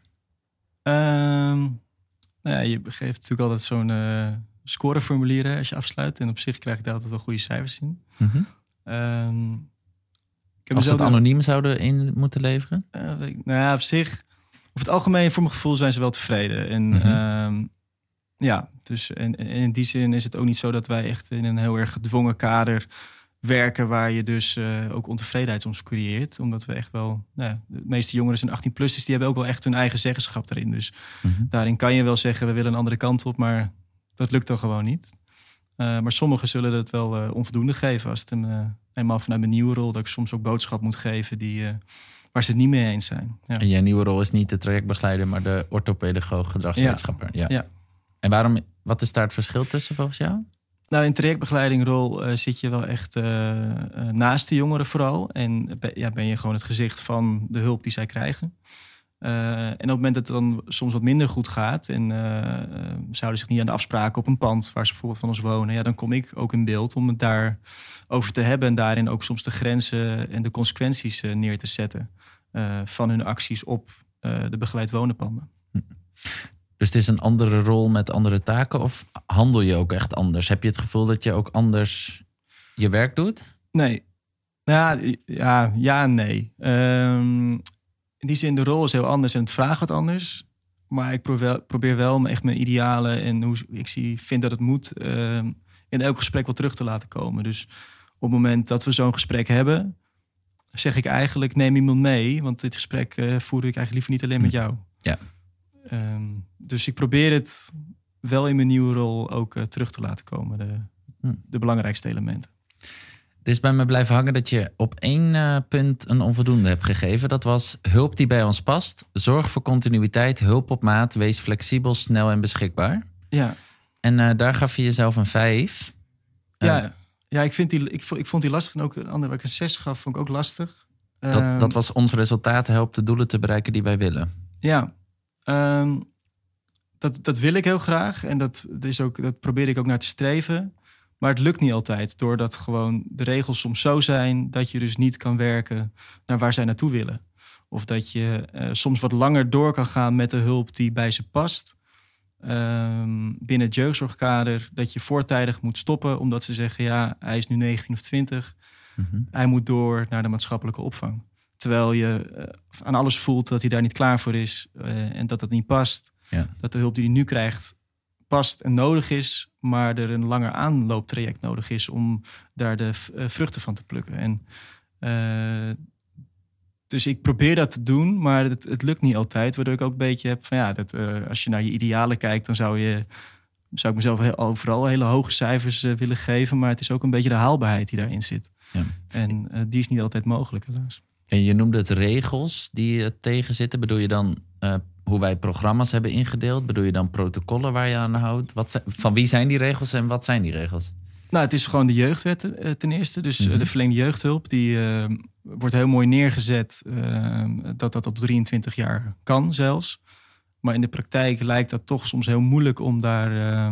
Um, nou ja, je geeft natuurlijk altijd zo'n uh, scoreformulier hè, als je afsluit. En op zich krijg ik daar altijd wel goede cijfers in. Mm-hmm. Um, ik heb Als ze mezelf het anoniem zouden in moeten leveren? Uh, weet ik- nou ja, op zich, over het algemeen, voor mijn gevoel zijn ze wel tevreden. En Mhm. um, ja, dus en, en in die zin is het ook niet zo dat wij echt in een heel erg gedwongen kader werken, waar je dus uh, ook ontevredenheid soms creëert. Omdat we echt wel, nou ja, de meeste jongeren zijn achttien plus, dus die hebben ook wel echt hun eigen zeggenschap daarin. Dus Mhm. daarin kan je wel zeggen, we willen een andere kant op, maar dat lukt dan gewoon niet. Uh, maar sommigen zullen het wel uh, onvoldoende geven als het hem uh, eenmaal vanuit mijn nieuwe rol, dat ik soms ook boodschap moet geven die, uh, waar ze het niet mee eens zijn. Ja. En jouw nieuwe rol is niet de trajectbegeleider, maar de orthopedagoog, gedragswetenschapper. Ja. Ja. En waarom, wat is daar het verschil tussen volgens jou? Nou, in trajectbegeleidingrol uh, zit je wel echt uh, uh, naast de jongeren vooral. En be, ja, ben je gewoon het gezicht van de hulp die zij krijgen. Uh, en op het moment dat het dan soms wat minder goed gaat en uh, uh, zouden zich niet aan de afspraken op een pand waar ze bijvoorbeeld van ons wonen, ja, dan kom ik ook in beeld om het daar over te hebben en daarin ook soms de grenzen en de consequenties uh, neer te zetten uh, van hun acties op uh, de begeleid wonenpanden. Dus het is een andere rol met andere taken of handel je ook echt anders? Heb je het gevoel dat je ook anders je werk doet? Nee. Nou ja, ja, ja en nee. Um, in die zin, de rol is heel anders en het vraagt wat anders. Maar ik probeer, probeer wel echt mijn idealen en hoe ik zie, vind dat het moet, uh, in elk gesprek wel terug te laten komen. Dus op het moment dat we zo'n gesprek hebben, zeg ik eigenlijk, neem iemand mee. Want dit gesprek uh, voer ik eigenlijk liever niet alleen met jou. Ja. Um, dus ik probeer het wel in mijn nieuwe rol ook uh, terug te laten komen. De, de belangrijkste elementen. Het is bij me blijven hangen dat je op één uh, punt een onvoldoende hebt gegeven. Dat was hulp die bij ons past. Zorg voor continuïteit, hulp op maat. Wees flexibel, snel en beschikbaar. Ja. En uh, daar gaf je jezelf een vijf. Uh, ja, ja ik, vind die, ik, vond, ik vond die lastig. En ook een andere waar ik een zes gaf, vond ik ook lastig. Dat, um, dat was ons resultaat. Helpt de doelen te bereiken die wij willen. Ja. Um, dat, dat wil ik heel graag. En dat, dat, is ook, dat probeer ik ook naar te streven. Maar het lukt niet altijd, doordat gewoon de regels soms zo zijn dat je dus niet kan werken naar waar zij naartoe willen. Of dat je uh, soms wat langer door kan gaan met de hulp die bij ze past. Um, binnen het jeugdzorgkader, dat je voortijdig moet stoppen omdat ze zeggen, ja, hij is nu negentien of twintig. Mm-hmm. Hij moet door naar de maatschappelijke opvang. Terwijl je uh, aan alles voelt dat hij daar niet klaar voor is uh, en dat dat niet past. Ja. Dat de hulp die hij nu krijgt past en nodig is, maar er een langer aanlooptraject nodig is om daar de uh, vruchten van te plukken. En, uh, dus ik probeer dat te doen, maar het, het lukt niet altijd. Waardoor ik ook een beetje heb van ja, dat, uh, als je naar je idealen kijkt, dan zou je zou ik mezelf heel, overal hele hoge cijfers uh, willen geven. Maar het is ook een beetje de haalbaarheid die daarin zit. Ja. En uh, die is niet altijd mogelijk, helaas. En je noemde het regels die uh, tegenzitten. Bedoel je dan uh, hoe wij programma's hebben ingedeeld? Bedoel je dan protocollen waar je aan houdt? Wat zijn, van wie zijn die regels en wat zijn die regels? Nou, het is gewoon de jeugdwet uh, ten eerste. Dus mm-hmm. uh, de verleende jeugdhulp, die uh, wordt heel mooi neergezet. Uh, dat dat op drieëntwintig jaar kan zelfs. Maar in de praktijk lijkt dat toch soms heel moeilijk om daar uh,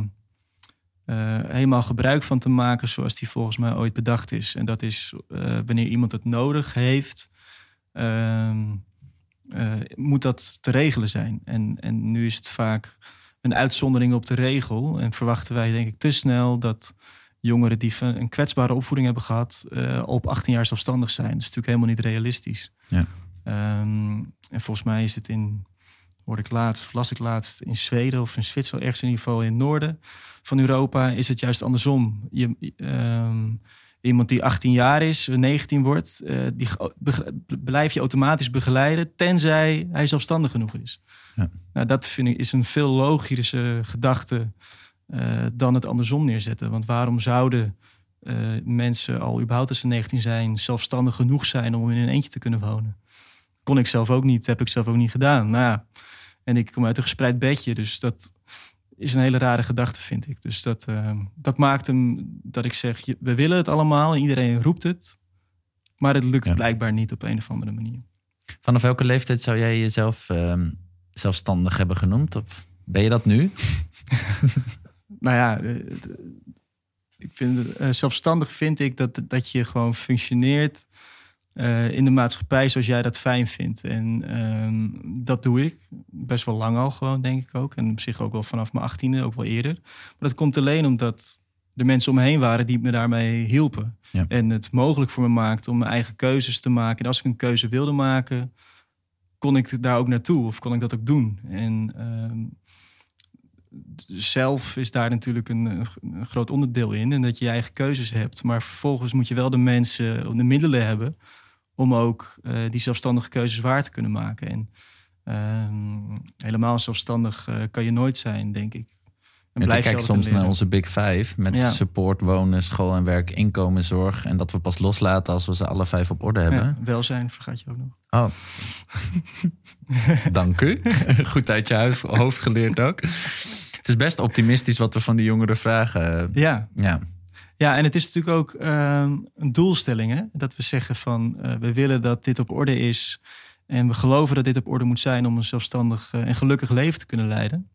uh, helemaal gebruik van te maken zoals die volgens mij ooit bedacht is. En dat is uh, wanneer iemand het nodig heeft, uh, uh, moet dat te regelen zijn. En, en nu is het vaak een uitzondering op de regel. En verwachten wij denk ik te snel dat jongeren die een kwetsbare opvoeding hebben gehad, uh, op achttien jaar zelfstandig zijn. Dat is natuurlijk helemaal niet realistisch. Ja. Um, en volgens mij is het in... hoorde ik laatst, las ik laatst in Zweden of in Zwitserland, ergens in ieder geval in het noorden van Europa, is het juist andersom. Je, um, iemand die achttien jaar is, negentien wordt, uh, die be, blijf je automatisch begeleiden, tenzij hij zelfstandig genoeg is. Ja. Nou, dat vind ik is een veel logische gedachte uh, dan het andersom neerzetten. Want waarom zouden uh, mensen al überhaupt als ze negentien zijn, zelfstandig genoeg zijn om in een eentje te kunnen wonen? Kon ik zelf ook niet, heb ik zelf ook niet gedaan. Nou ja, en ik kom uit een gespreid bedje, dus dat is een hele rare gedachte, vind ik. Dus dat, uh, dat maakt hem dat ik zeg, we willen het allemaal en iedereen roept het. Maar het lukt ja. blijkbaar niet op een of andere manier. Vanaf welke leeftijd zou jij jezelf uh, zelfstandig hebben genoemd? Of ben je dat nu? Nou ja, uh, ik vind, uh, zelfstandig vind ik dat, dat je gewoon functioneert uh, in de maatschappij zoals jij dat fijn vindt. En uh, dat doe ik best wel lang al gewoon, denk ik ook. En op zich ook wel vanaf mijn achttiende, ook wel eerder. Maar dat komt alleen omdat de mensen om me heen waren die me daarmee hielpen. Ja. En het mogelijk voor me maakte om mijn eigen keuzes te maken. En als ik een keuze wilde maken, kon ik daar ook naartoe. Of kon ik dat ook doen. En uh, zelf is daar natuurlijk een, een groot onderdeel in. En dat je je eigen keuzes hebt. Maar vervolgens moet je wel de mensen, de middelen hebben om ook uh, die zelfstandige keuzes waar te kunnen maken. En uh, helemaal zelfstandig uh, kan je nooit zijn, denk ik. En je kijkt soms naar onze Big Five met ja. support, wonen, school en werk, inkomen, zorg. En dat we pas loslaten als we ze alle vijf op orde hebben. Ja, welzijn vergat je ook nog. Oh. Dank u. Goed uit je hoofd geleerd ook. Het is best optimistisch wat we van die jongeren vragen. Ja. Ja. Ja, en het is natuurlijk ook uh, een doelstelling. Hè? Dat we zeggen van uh, we willen dat dit op orde is. En we geloven dat dit op orde moet zijn om een zelfstandig uh, en gelukkig leven te kunnen leiden.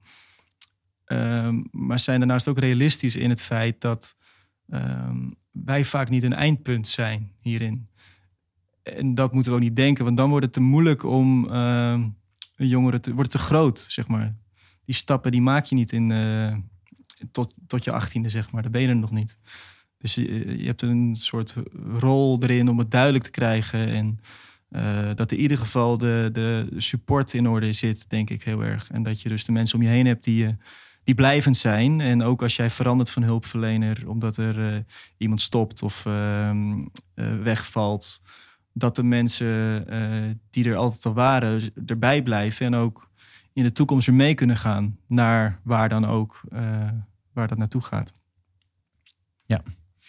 Um, maar zijn daarnaast ook realistisch in het feit dat um, wij vaak niet een eindpunt zijn hierin. En dat moeten we ook niet denken, want dan wordt het te moeilijk om uh, een jongere te wordt het te groot, zeg maar. Die stappen die maak je niet in uh, tot, tot je achttiende, zeg maar. Daar ben je er nog niet. Dus je, je hebt een soort rol erin om het duidelijk te krijgen en uh, dat in ieder geval de, de support in orde zit, denk ik heel erg. En dat je dus de mensen om je heen hebt die je die blijvend zijn. En ook als jij verandert van hulpverlener omdat er uh, iemand stopt of uh, uh, wegvalt, dat de mensen uh, die er altijd al waren erbij blijven en ook in de toekomst weer mee kunnen gaan naar waar dan ook uh, waar dat naartoe gaat. Ja.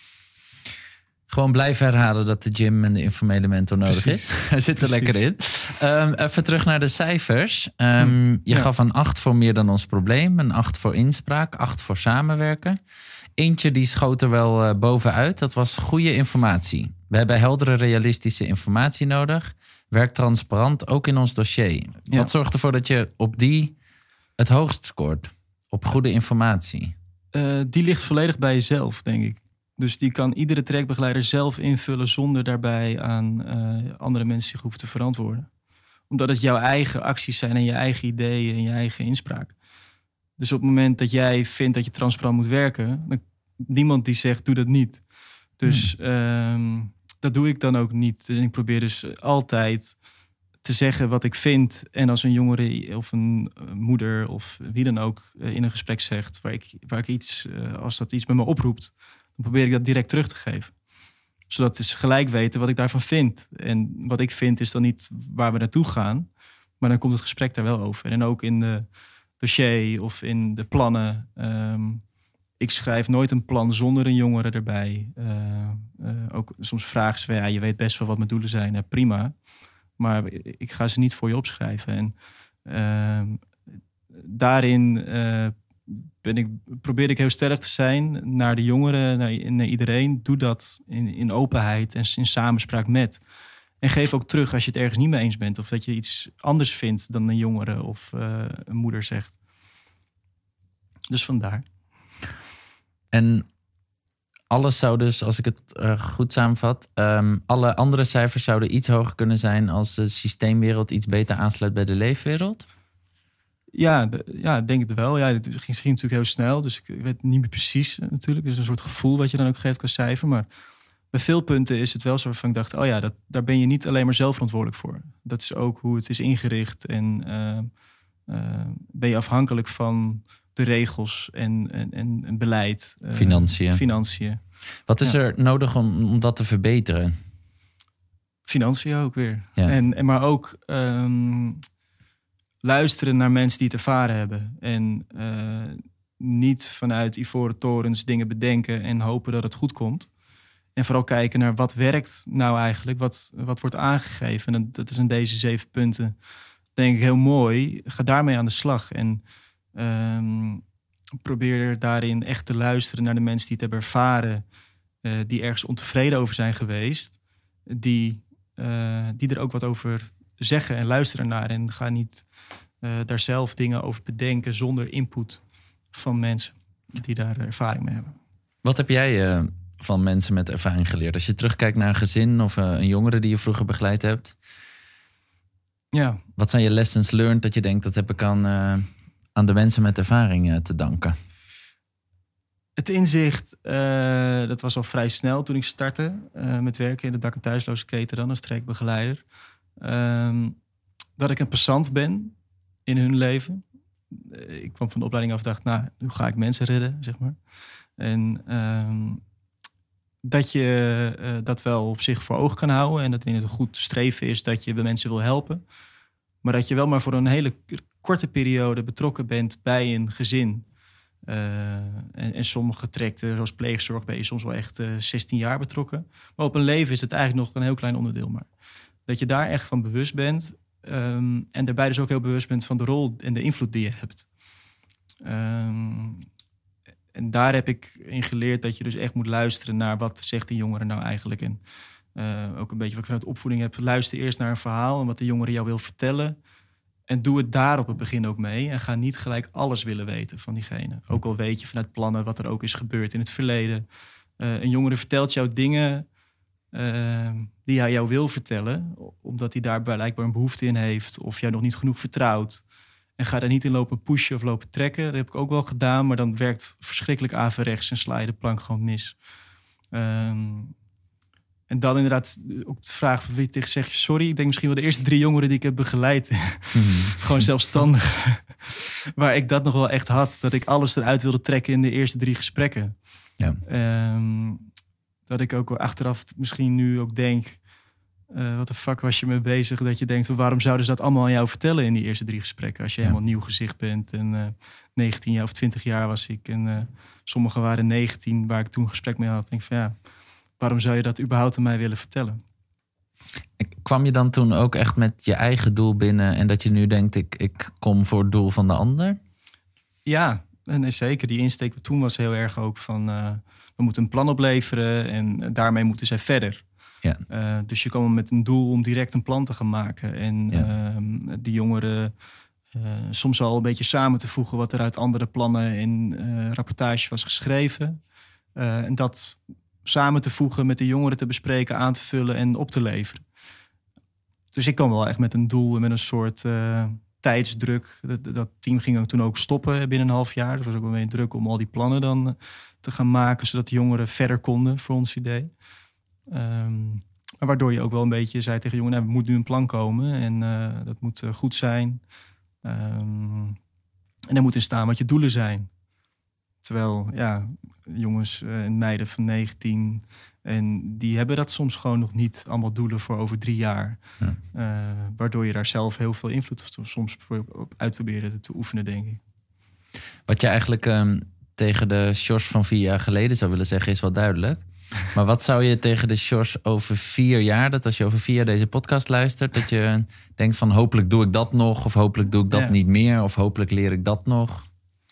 Gewoon blijven herhalen dat de gym en de informele mentor nodig Precies. is. Hij zit er Precies. lekker in. Um, even terug naar de cijfers. Um, hmm, je ja. gaf een acht voor meer dan ons probleem. Een acht voor inspraak. acht voor samenwerken. Eentje die schoot er wel uh, bovenuit. Dat was goede informatie. We hebben heldere, realistische informatie nodig. Werk transparant, ook in ons dossier. Ja. Wat zorgt ervoor dat je op die het hoogst scoort? Op goede informatie? Uh, die ligt volledig bij jezelf, denk ik. Dus die kan iedere trajectbegeleider zelf invullen zonder daarbij aan uh, andere mensen zich hoeven te verantwoorden. Omdat het jouw eigen acties zijn en je eigen ideeën en je eigen inspraak. Dus op het moment dat jij vindt dat je transparant moet werken, dan niemand die zegt doe dat niet. Dus hmm. um, dat doe ik dan ook niet. En ik probeer dus altijd te zeggen wat ik vind. En als een jongere of een moeder of wie dan ook in een gesprek zegt waar ik, waar ik iets, als dat iets met me oproept, dan probeer ik dat direct terug te geven. Zodat ze gelijk weten wat ik daarvan vind. En wat ik vind is dan niet waar we naartoe gaan. Maar dan komt het gesprek daar wel over. En ook in de dossier of in de plannen. Um, ik schrijf nooit een plan zonder een jongere erbij. Uh, uh, ook soms vragen ze, ja, je weet best wel wat mijn doelen zijn. Ja, prima. Maar ik ga ze niet voor je opschrijven. En uh, daarin uh, ben ik, probeer ik heel sterk te zijn naar de jongeren, naar, naar iedereen. Doe dat in, in openheid en in samenspraak met. En geef ook terug als je het ergens niet mee eens bent. Of dat je iets anders vindt dan een jongere of uh, een moeder zegt. Dus vandaar. En alles zou dus, als ik het uh, goed samenvat, Um, alle andere cijfers zouden iets hoger kunnen zijn als de systeemwereld iets beter aansluit bij de leefwereld? Ja, de, ja, ik denk het wel. Ja, het ging, ging natuurlijk heel snel, dus ik weet niet meer precies natuurlijk. Het is een soort gevoel wat je dan ook geeft qua cijfer. Maar bij veel punten is het wel zo waarvan ik dacht, oh ja, dat, daar ben je niet alleen maar zelf verantwoordelijk voor. Dat is ook hoe het is ingericht en uh, uh, ben je afhankelijk van de regels en, en, en, en beleid. Uh, Financiën. Financiën. Wat is ja. er nodig om, om dat te verbeteren? Financiën ook weer. Ja. En, en maar ook um, luisteren naar mensen die het ervaren hebben. En uh, niet vanuit ivoren torens dingen bedenken en hopen dat het goed komt. En vooral kijken naar wat werkt nou eigenlijk, wat, wat wordt aangegeven. En dat is in deze zeven punten denk ik heel mooi. Ga daarmee aan de slag. En um, probeer daarin echt te luisteren naar de mensen die het hebben ervaren, uh, die ergens ontevreden over zijn geweest, die, uh, die er ook wat over zeggen en luisteren naar. En ga niet uh, daar zelf dingen over bedenken zonder input van mensen die daar ervaring mee hebben. Wat heb jij uh, van mensen met ervaring geleerd? Als je terugkijkt naar een gezin of uh, een jongere die je vroeger begeleid hebt. Ja. Wat zijn je lessons learned dat je denkt, dat heb ik aan, uh, aan de mensen met ervaring uh, te danken? Het inzicht, uh, dat was al vrij snel toen ik startte uh, met werken in de dak- en thuisloze keten dan als trajectbegeleider. Um, dat ik een passant ben in hun leven. Uh, ik kwam van de opleiding af en dacht, nou, nu ga ik mensen redden, zeg maar. En um, dat je uh, dat wel op zich voor ogen kan houden en dat het een goed streven is dat je bij mensen wil helpen. Maar dat je wel maar voor een hele korte periode betrokken bent bij een gezin. Uh, en, en sommige trajecten, zoals pleegzorg, ben je soms wel echt uh, zestien jaar betrokken. Maar op een leven is het eigenlijk nog een heel klein onderdeel. Maar dat je daar echt van bewust bent. Um, en daarbij dus ook heel bewust bent van de rol en de invloed die je hebt. Um, en daar heb ik in geleerd dat je dus echt moet luisteren naar wat zegt die jongere nou eigenlijk. En uh, ook een beetje wat ik vanuit de opvoeding heb. Luister eerst naar een verhaal en wat de jongere jou wil vertellen. En doe het daar op het begin ook mee. En ga niet gelijk alles willen weten van diegene. Ook al weet je vanuit plannen wat er ook is gebeurd in het verleden. Uh, een jongere vertelt jou dingen uh, die hij jou wil vertellen. Omdat hij daar blijkbaar een behoefte in heeft. Of jou nog niet genoeg vertrouwt. En ga daar niet in lopen pushen of lopen trekken. Dat heb ik ook wel gedaan. Maar dan werkt verschrikkelijk averechts en sla je de plank gewoon mis. Um, En dan inderdaad ook de vraag van wie tegen zeg je sorry. Ik denk misschien wel de eerste drie jongeren die ik heb begeleid. Mm-hmm. Gewoon zelfstandig. Waar ik dat nog wel echt had. Dat ik alles eruit wilde trekken in de eerste drie gesprekken. Ja. Um, dat ik ook wel achteraf misschien nu ook denk. Uh, wat de fuck was je mee bezig? Dat je denkt, waarom zouden ze dat allemaal aan jou vertellen in die eerste drie gesprekken? Als je ja. helemaal nieuw gezicht bent. En uh, negentien jaar of twintig jaar was ik. En uh, sommigen waren negentien waar ik toen een gesprek mee had. Ik denk van ja... Waarom zou je dat überhaupt aan mij willen vertellen? Kwam je dan toen ook echt met je eigen doel binnen... en dat je nu denkt, ik, ik kom voor het doel van de ander? Ja, nee, zeker. Die insteek toen was heel erg ook van... Uh, we moeten een plan opleveren en daarmee moeten zij verder. Ja. Uh, dus je kwam met een doel om direct een plan te gaan maken. En ja. uh, die jongeren uh, soms al een beetje samen te voegen... wat er uit andere plannen in uh, rapportage was geschreven. Uh, en dat... samen te voegen, met de jongeren te bespreken, aan te vullen en op te leveren. Dus ik kwam wel echt met een doel en met een soort uh, tijdsdruk. Dat, dat team ging toen ook stoppen binnen een half jaar. Dus was ook wel een druk om al die plannen dan uh, te gaan maken, zodat de jongeren verder konden voor ons idee. Um, maar waardoor je ook wel een beetje zei tegen jongeren, nou, er moet nu een plan komen en uh, dat moet uh, goed zijn. Um, en er moet in staan wat je doelen zijn. Terwijl, ja, jongens en meiden van negentien... en die hebben dat soms gewoon nog niet allemaal doelen voor over drie jaar. Ja. Uh, waardoor je daar zelf heel veel invloed soms op uitprobeerde te oefenen, denk ik. Wat je eigenlijk um, tegen de Sjors van vier jaar geleden zou willen zeggen, is wel duidelijk. Maar wat zou je tegen de Sjors over vier jaar... dat als je over vier jaar deze podcast luistert... dat je denkt van hopelijk doe ik dat nog... of hopelijk doe ik dat ja. niet meer... of hopelijk leer ik dat nog...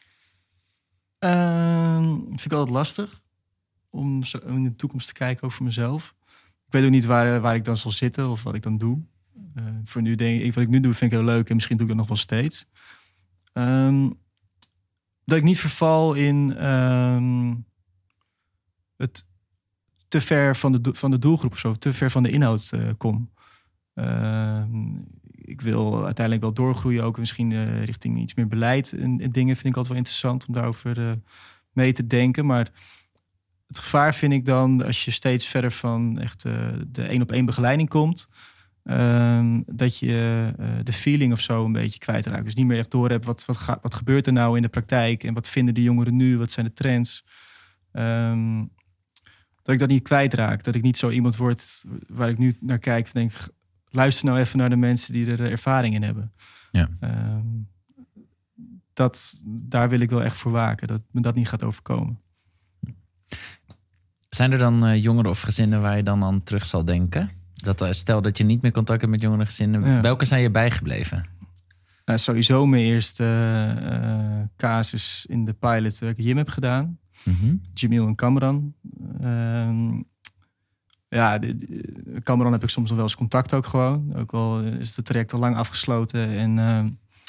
Uh, vind ik altijd lastig om zo in de toekomst te kijken over mezelf. Ik weet ook niet waar, waar ik dan zal zitten of wat ik dan doe. Uh, voor nu denk ik, wat ik nu doe vind ik heel leuk en misschien doe ik dat nog wel steeds. Um, dat ik niet verval in um, het te ver van de, do- van de doelgroep of zo, te ver van de inhoud uh, kom. Uh, ik wil uiteindelijk wel doorgroeien, ook misschien uh, richting iets meer beleid en, en dingen vind ik altijd wel interessant om daarover uh, mee te denken. Maar het gevaar vind ik dan, als je steeds verder van echt uh, de één op één begeleiding komt, uh, dat je uh, de feeling of zo een beetje kwijtraakt. Dus niet meer echt doorhebt wat, wat, ga, wat gebeurt er nou in de praktijk en wat vinden de jongeren nu, wat zijn de trends. Um, dat ik dat niet kwijtraak. Dat ik niet zo iemand word waar ik nu naar kijk en denk, luister nou even naar de mensen die er ervaring in hebben. Ja. Um, dat, daar wil ik wel echt voor waken. Dat me dat niet gaat overkomen. Zijn er dan uh, jongeren of gezinnen waar je dan aan terug zal denken? Dat, uh, stel dat je niet meer contact hebt met jongere gezinnen. Ja. Welke zijn je bijgebleven? Nou, sowieso mijn eerste uh, casus in de pilot waar ik Jim heb gedaan. Mm-hmm. Jamil en Kamran. Uh, ja, de, de, Kamran heb ik soms nog wel eens contact ook gewoon. Ook al is het traject al lang afgesloten. En uh,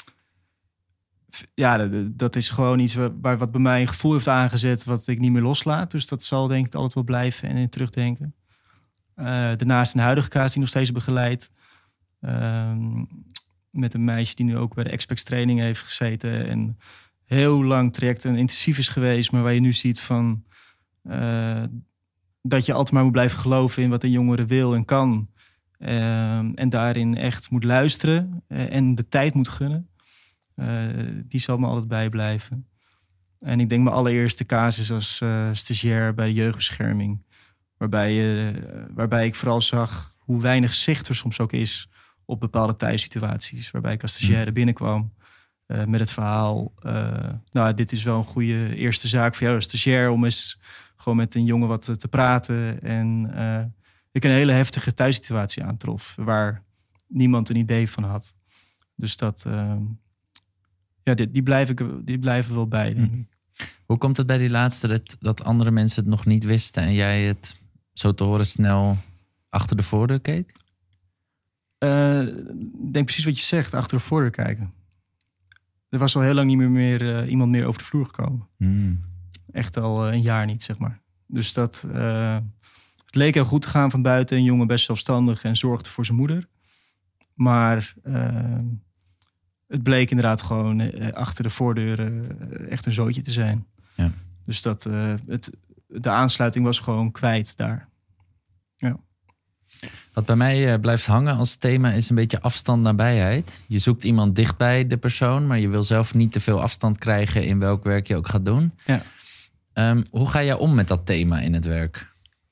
ja, dat, dat is gewoon iets waar, wat bij mij een gevoel heeft aangezet wat ik niet meer loslaat. Dus dat zal denk ik altijd wel blijven en in terugdenken. Uh, daarnaast een huidige casus die nog steeds begeleid. Uh, met een meisje die nu ook bij de Expex training heeft gezeten. En heel lang traject en intensief is geweest. Maar waar je nu ziet van uh, dat je altijd maar moet blijven geloven in wat een jongere wil en kan. Uh, en daarin echt moet luisteren uh, en de tijd moet gunnen. Uh, die zal me altijd bijblijven. En ik denk mijn allereerste casus als uh, stagiair bij de jeugdbescherming. Waarbij, uh, waarbij ik vooral zag hoe weinig zicht er soms ook is op bepaalde thuissituaties. Waarbij ik als stagiaire binnenkwam uh, met het verhaal. Uh, nou, dit is wel een goede eerste zaak voor jou als stagiair om eens gewoon met een jongen wat te, te praten. En uh, ik een hele heftige thuissituatie aantrof waar niemand een idee van had. Dus dat, uh, ja, die, die, blijf ik, die blijven wel bij, denk ik. Hoe komt het bij die laatste dat, dat andere mensen het nog niet wisten en jij het zo te horen snel achter de voordeur keek? Uh, ik denk precies wat je zegt, achter de voordeur kijken. Er was al heel lang niet meer, meer uh, iemand meer over de vloer gekomen. Hmm. Echt al uh, een jaar niet, zeg maar. Dus dat uh, het leek heel goed te gaan van buiten. Een jongen best zelfstandig en zorgde voor zijn moeder. Maar uh, het bleek inderdaad gewoon uh, achter de voordeur uh, echt een zootje te zijn. Ja. Dus dat uh, het, de aansluiting was gewoon kwijt daar. Ja. Wat bij mij blijft hangen als thema is een beetje afstand-nabijheid. Je zoekt iemand dicht bij de persoon, maar je wil zelf niet te veel afstand krijgen in welk werk je ook gaat doen. Ja. Um, hoe ga jij om met dat thema in het werk?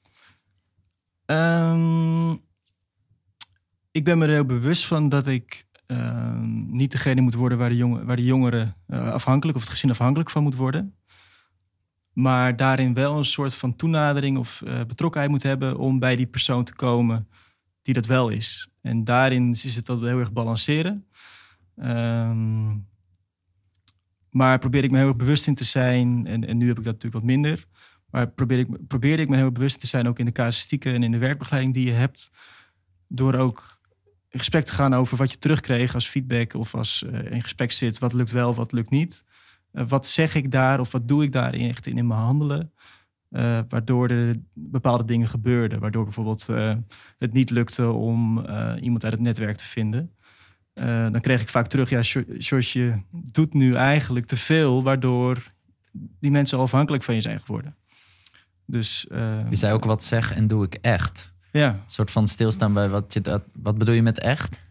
Um, ik ben me er heel bewust van dat ik um, niet degene moet worden waar de, jongen, waar de jongeren uh, afhankelijk of het gezin afhankelijk van moet worden. Maar daarin wel een soort van toenadering of uh, betrokkenheid moet hebben om bij die persoon te komen die dat wel is. En daarin is het altijd heel erg balanceren. Um, maar probeer ik me heel erg bewust in te zijn. En, en nu heb ik dat natuurlijk wat minder. Maar probeer ik, probeerde ik me heel erg bewust te zijn ook in de casuïstieken en in de werkbegeleiding die je hebt. Door ook in gesprek te gaan over wat je terugkreeg als feedback of als uh, in gesprek zit. Wat lukt wel, wat lukt niet. Uh, wat zeg ik daar of wat doe ik daar echt in, in mijn handelen? Uh, waardoor er bepaalde dingen gebeurden. Waardoor bijvoorbeeld uh, het niet lukte om uh, iemand uit het netwerk te vinden. Uh, dan kreeg ik vaak terug, ja, George, je doet nu eigenlijk te veel, waardoor die mensen al afhankelijk van je zijn geworden. Dus, uh, je zei ook wat zeg en doe ik echt. Ja. Een soort van stilstaan bij wat je dat. Wat bedoel je met echt?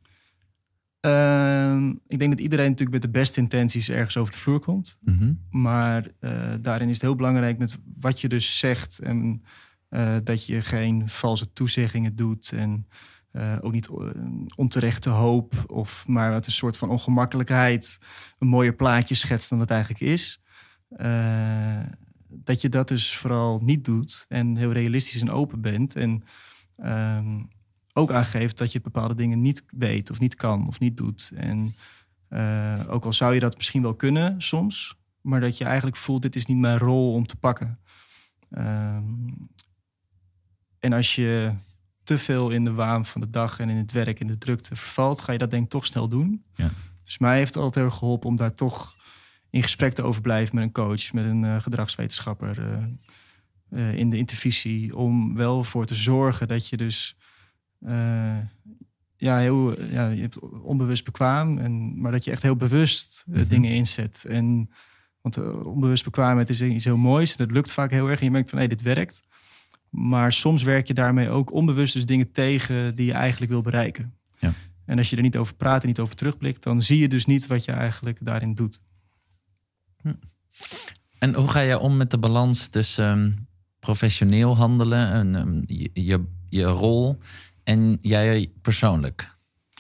Uh, ik denk dat iedereen natuurlijk met de beste intenties ergens over de vloer komt. Mm-hmm. Maar uh, daarin is het heel belangrijk met wat je dus zegt. En uh, dat je geen valse toezeggingen doet. En uh, ook niet uh, onterechte hoop. Of maar wat een soort van ongemakkelijkheid. Een mooier plaatje schetst dan het eigenlijk is. Uh, dat je dat dus vooral niet doet. En heel realistisch en open bent. En Uh, ook aangeeft dat je bepaalde dingen niet weet of niet kan of niet doet. En uh, ook al zou je dat misschien wel kunnen soms, maar dat je eigenlijk voelt, dit is niet mijn rol om te pakken. Um, en als je te veel in de waan van de dag en in het werk en de drukte vervalt, ga je dat denk ik toch snel doen. Ja. Dus mij heeft het altijd heel erg geholpen om daar toch in gesprek te over blijven met een coach, met een uh, gedragswetenschapper uh, uh, in de intervisie, om wel voor te zorgen dat je dus Uh, ja, heel, ja, je hebt onbewust bekwaam, en, maar dat je echt heel bewust uh, mm-hmm. dingen inzet. En, want uh, onbewust bekwaamheid is iets heel moois. En dat lukt vaak heel erg. En je merkt van, hé, hey, dit werkt. Maar soms werk je daarmee ook onbewust dus dingen tegen die je eigenlijk wil bereiken. Ja. En als je er niet over praat en niet over terugblikt, dan zie je dus niet wat je eigenlijk daarin doet. Hm. En hoe ga je om met de balans tussen um, professioneel handelen en um, je, je, je rol en jij persoonlijk?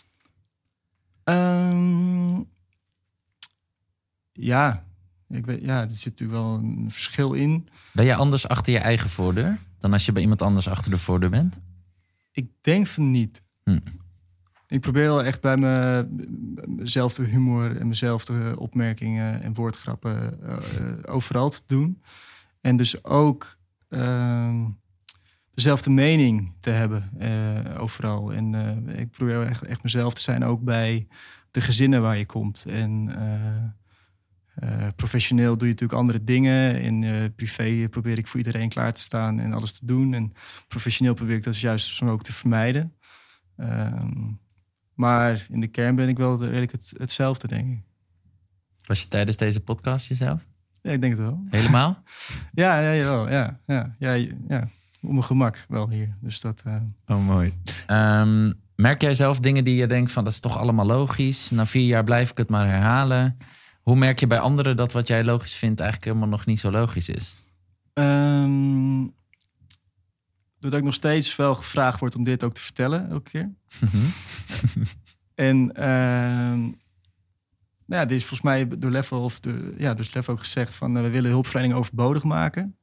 Um, ja, ik weet, ja, er zit natuurlijk wel een verschil in. Ben jij anders achter je eigen voordeur dan als je bij iemand anders achter de voordeur bent? Ik denk van niet. Hm. Ik probeer wel echt bij me, mezelf de humor en mezelf de opmerkingen en woordgrappen uh, uh, overal te doen. En dus ook uh, dezelfde mening te hebben uh, overal. En uh, ik probeer echt, echt mezelf te zijn ook bij de gezinnen waar je komt. En uh, uh, professioneel doe je natuurlijk andere dingen. In uh, privé probeer ik voor iedereen klaar te staan en alles te doen. En professioneel probeer ik dat juist soms ook te vermijden. Um, maar in de kern ben ik wel redelijk het, hetzelfde, denk ik. Was je tijdens deze podcast jezelf? Ja, ik denk het wel. Helemaal? ja, ja, jawel, ja, ja, ja, ja. Op mijn gemak wel hier. Dus dat, uh... Oh, mooi. Um, merk jij zelf dingen die je denkt van dat is toch allemaal logisch? Na vier jaar blijf ik het maar herhalen. Hoe merk je bij anderen dat wat jij logisch vindt eigenlijk helemaal nog niet zo logisch is? Um... Dat ook nog steeds wel gevraagd wordt om dit ook te vertellen, elke keer. Mm-hmm. en uh, nou ja, dit is volgens mij door Leffel of de, ja, dus Leffel ook gezegd van uh, we willen hulpverlening overbodig maken.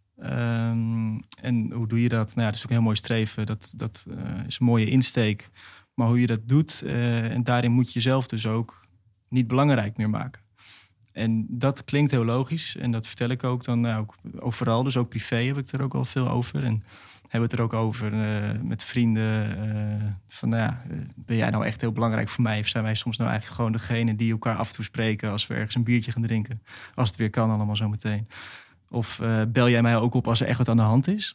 Um, en hoe doe je dat? Nou ja, dat is ook een heel mooi streven. Dat, dat uh, is een mooie insteek. Maar hoe je dat doet, uh, en daarin moet je jezelf dus ook niet belangrijk meer maken. En dat klinkt heel logisch. En dat vertel ik ook dan nou, ook overal. Dus ook privé heb ik er ook al veel over. En hebben we het er ook over uh, met vrienden. Uh, van nou ja, ben jij nou echt heel belangrijk voor mij? Of zijn wij soms nou eigenlijk gewoon degene die elkaar af en toe spreken als we ergens een biertje gaan drinken? Als het weer kan, allemaal zo meteen. Of uh, bel jij mij ook op als er echt wat aan de hand is?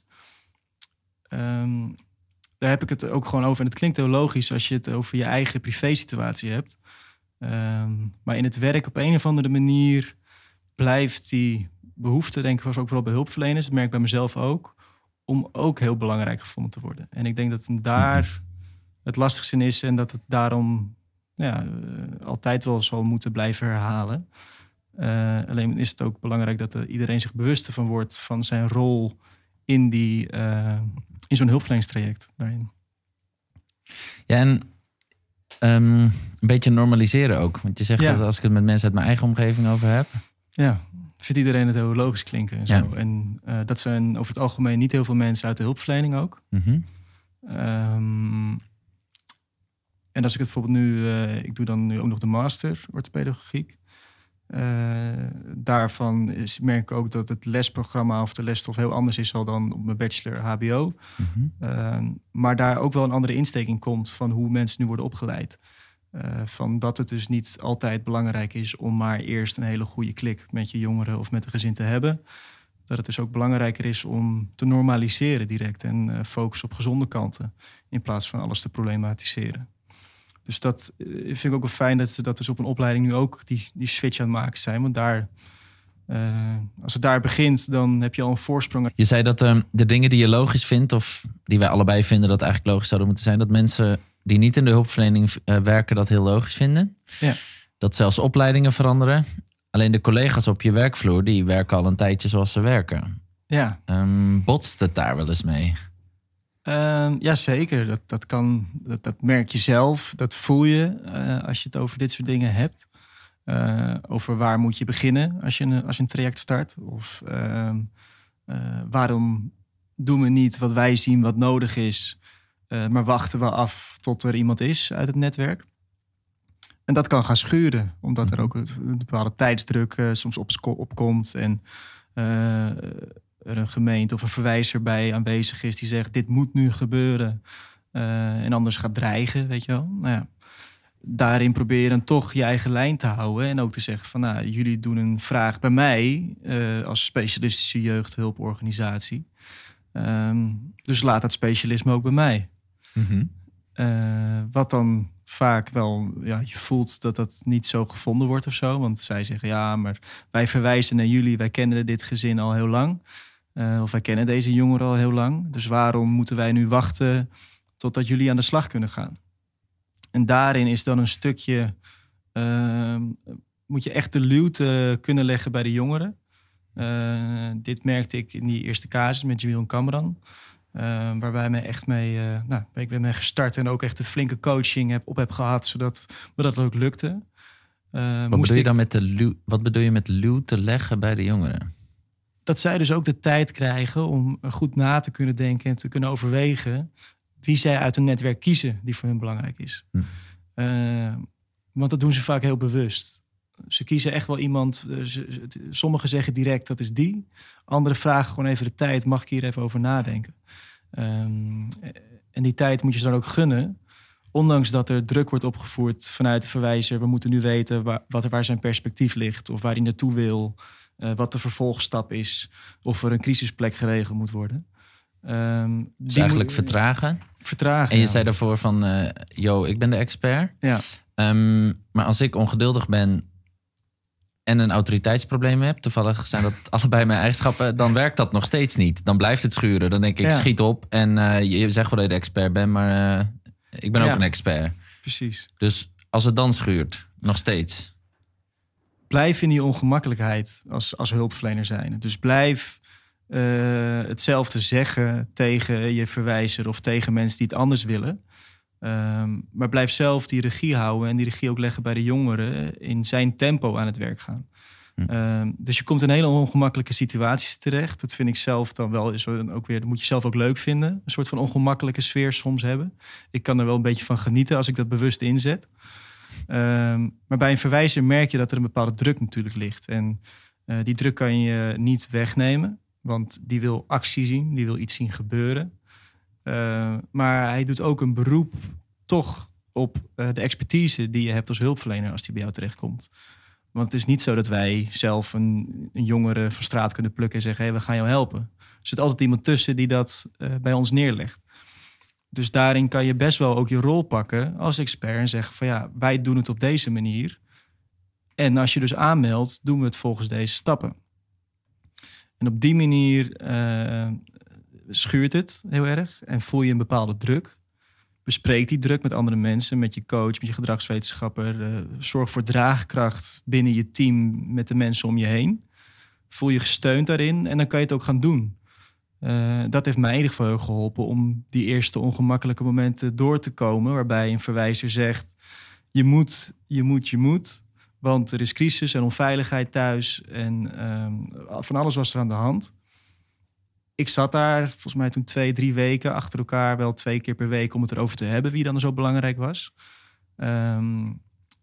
Um, daar heb ik het ook gewoon over. En het klinkt heel logisch als je het over je eigen privésituatie hebt. Um, maar in het werk op een of andere manier blijft die behoefte, denk ik, was ook vooral bij hulpverleners. Dat merk ik bij mezelf ook. Om ook heel belangrijk gevonden te worden. En ik denk dat het daar het lastigste in is. En dat het daarom ja, uh, altijd wel zal moeten blijven herhalen. Uh, alleen is het ook belangrijk dat er iedereen zich bewust van wordt van zijn rol in, die, uh, in zo'n hulpverleningstraject daarin. Ja, en um, een beetje normaliseren ook. Want je zegt ja. dat als ik het met mensen uit mijn eigen omgeving over heb. Ja, vindt iedereen het heel logisch klinken en zo. Ja. En uh, dat zijn over het algemeen niet heel veel mensen uit de hulpverlening ook. Mm-hmm. Um, en als ik het bijvoorbeeld nu... Uh, ik doe dan nu ook nog de master orthopedagogiek. Uh, daarvan is, merk ik ook dat het lesprogramma of de lesstof heel anders is al dan op mijn bachelor H B O. Mm-hmm. Uh, maar daar ook wel een andere insteek in komt van hoe mensen nu worden opgeleid. Uh, van dat het dus niet altijd belangrijk is om maar eerst een hele goede klik met je jongeren of met een gezin te hebben. Dat het dus ook belangrijker is om te normaliseren direct en uh, focus op gezonde kanten in plaats van alles te problematiseren. Dus dat uh, vind ik ook wel fijn dat ze dat dus op een opleiding nu ook die, die switch aan het maken zijn. Want daar, uh, als het daar begint, dan heb je al een voorsprong. Je zei dat uh, de dingen die je logisch vindt, of die wij allebei vinden dat eigenlijk logisch zouden moeten zijn, dat mensen die niet in de hulpverlening uh, werken dat heel logisch vinden. Ja. Dat zelfs opleidingen veranderen. Alleen de collega's op je werkvloer, die werken al een tijdje zoals ze werken. Ja. Um, botst het daar wel eens mee? Um, ja, zeker. Dat, dat, kan, dat, dat merk je zelf. Dat voel je uh, als je het over dit soort dingen hebt. Uh, over waar moet je beginnen als je een, als je een traject start. Of uh, uh, waarom doen we niet wat wij zien wat nodig is, uh, maar wachten we af tot er iemand is uit het netwerk. En dat kan gaan schuren, omdat er ook een bepaalde tijdsdruk uh, soms op, opkomt. En uh, er een gemeente of een verwijzer bij aanwezig is die zegt, dit moet nu gebeuren. Uh, en anders gaat dreigen, weet je wel. Nou ja, daarin probeer je dan toch je eigen lijn te houden. En ook te zeggen van, nou, jullie doen een vraag bij mij uh, als specialistische jeugdhulporganisatie. Um, dus laat dat specialisme ook bij mij. Mm-hmm. Uh, wat dan vaak wel, ja, je voelt dat dat niet zo gevonden wordt of zo. Want zij zeggen, ja, maar wij verwijzen naar jullie. Wij kennen dit gezin al heel lang. Uh, of wij kennen deze jongeren al heel lang. Dus waarom moeten wij nu wachten totdat jullie aan de slag kunnen gaan? En daarin is dan een stukje, uh, moet je echt de luwte kunnen leggen bij de jongeren. Uh, dit merkte ik in die eerste casus met Jamil en Kamran. Uh, waar wij me echt mee, uh, nou, ik ben mee gestart en ook echt een flinke coaching heb, op heb gehad, zodat me dat ook lukte. Uh, wat, bedoel je ik, dan met de luw, wat bedoel je met luw te leggen bij de jongeren? Dat zij dus ook de tijd krijgen om goed na te kunnen denken en te kunnen overwegen wie zij uit hun netwerk kiezen die voor hun belangrijk is. Hm. Uh, want dat doen ze vaak heel bewust. Ze kiezen echt wel iemand. Uh, ze, sommigen zeggen direct dat is die. Anderen vragen gewoon even de tijd. Mag ik hier even over nadenken? Um, en die tijd moet je ze dan ook gunnen. Ondanks dat er druk wordt opgevoerd vanuit de verwijzer. We moeten nu weten waar, wat er, waar zijn perspectief ligt. Of waar hij naartoe wil. Uh, wat de vervolgstap is. Of er een crisisplek geregeld moet worden. Um, dus eigenlijk moet, vertragen. Vertragen, En je ja. zei daarvoor van... Uh, yo, ik ben de expert. Ja. Um, maar als ik ongeduldig ben... en een autoriteitsprobleem heb... toevallig zijn dat allebei mijn eigenschappen... dan werkt dat nog steeds niet. Dan blijft het schuren. Dan denk ik, ja. schiet op. En uh, je zegt wel dat je de expert bent... maar uh, ik ben ook ja. een expert. Precies. Dus als het dan schuurt, nog steeds... Blijf in die ongemakkelijkheid als, als hulpverlener zijn. Dus blijf uh, hetzelfde zeggen tegen je verwijzer... of tegen mensen die het anders willen... Um, maar blijf zelf die regie houden en die regie ook leggen bij de jongeren... in zijn tempo aan het werk gaan. Hm. Um, dus je komt in hele ongemakkelijke situaties terecht. Dat vind ik zelf dan wel is ook weer... dat moet je zelf ook leuk vinden. Een soort van ongemakkelijke sfeer soms hebben. Ik kan er wel een beetje van genieten als ik dat bewust inzet. Um, maar bij een verwijzer merk je dat er een bepaalde druk natuurlijk ligt. En uh, die druk kan je niet wegnemen. Want die wil actie zien, die wil iets zien gebeuren... Uh, maar hij doet ook een beroep toch op uh, de expertise die je hebt als hulpverlener als die bij jou terechtkomt. Want het is niet zo dat wij zelf een, een jongere van straat kunnen plukken en zeggen... Hey, we gaan jou helpen. Er zit altijd iemand tussen die dat uh, bij ons neerlegt. Dus daarin kan je best wel ook je rol pakken als expert en zeggen van ja, wij doen het op deze manier. En als je dus aanmeldt, doen we het volgens deze stappen. En op die manier... Uh, schuurt het heel erg en voel je een bepaalde druk. Bespreek die druk met andere mensen, met je coach, met je gedragswetenschapper. Uh, zorg voor draagkracht binnen je team met de mensen om je heen. Voel je gesteund daarin en dan kan je het ook gaan doen. Uh, dat heeft mij in ieder geval heel geholpen om die eerste ongemakkelijke momenten door te komen. Waarbij een verwijzer zegt, je moet, je moet, je moet. Want er is crisis en onveiligheid thuis en um, van alles was er aan de hand. Ik zat daar volgens mij toen twee, drie weken achter elkaar... wel twee keer per week om het erover te hebben... wie dan zo belangrijk was. Um,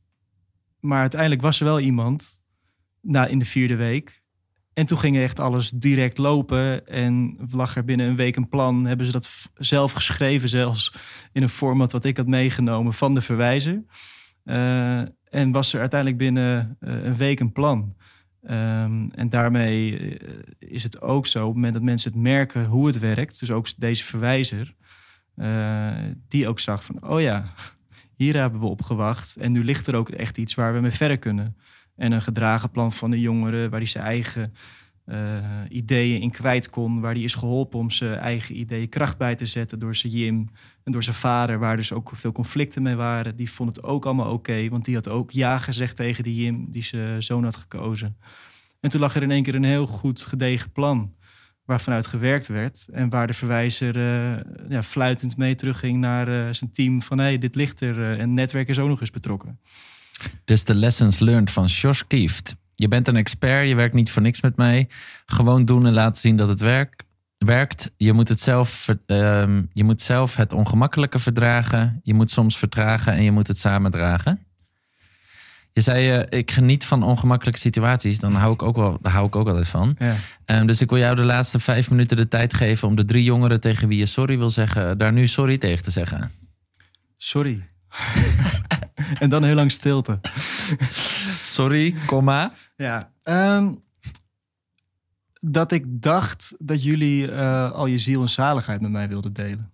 maar uiteindelijk was er wel iemand na, in de vierde week. En toen ging echt alles direct lopen. En lag er binnen een week een plan. Hebben ze dat f- zelf geschreven zelfs... in een format wat ik had meegenomen van de verwijzer. Uh, en was er uiteindelijk binnen uh, een week een plan... Um, en daarmee is het ook zo, op het moment dat mensen het merken hoe het werkt... dus ook deze verwijzer, uh, die ook zag van... oh ja, hier hebben we op gewacht en nu ligt er ook echt iets waar we mee verder kunnen. En een gedragen plan van de jongeren waar hij zijn eigen uh, ideeën in kwijt kon... waar hij is geholpen om zijn eigen ideeën kracht bij te zetten door zijn Jim... en door zijn vader, waar dus ook veel conflicten mee waren. Die vond het ook allemaal oké, okay, want die had ook ja gezegd tegen die Jim... die zijn zoon had gekozen. En toen lag er in één keer een heel goed gedegen plan... waarvanuit gewerkt werd en waar de verwijzer uh, ja, fluitend mee terugging naar uh, zijn team... van hé, hey, dit ligt er uh, en het netwerk is ook nog eens betrokken. Dus de lessons learned van Jos Kieft... Je bent een expert, je werkt niet voor niks met mij. Gewoon doen en laten zien dat het werk, werkt. Je moet, het zelf, uh, je moet zelf het ongemakkelijke verdragen. Je moet soms vertragen en je moet het samen dragen. Je zei, uh, ik geniet van ongemakkelijke situaties. Dan hou ik ook, wel, daar hou ik ook altijd van. Ja. Um, dus ik wil jou de laatste vijf minuten de tijd geven... om de drie jongeren tegen wie je sorry wil zeggen... daar nu sorry tegen te zeggen. Sorry. En dan heel lang stilte. Sorry, komma. Ja, um, dat ik dacht dat jullie uh, al je ziel en zaligheid met mij wilden delen.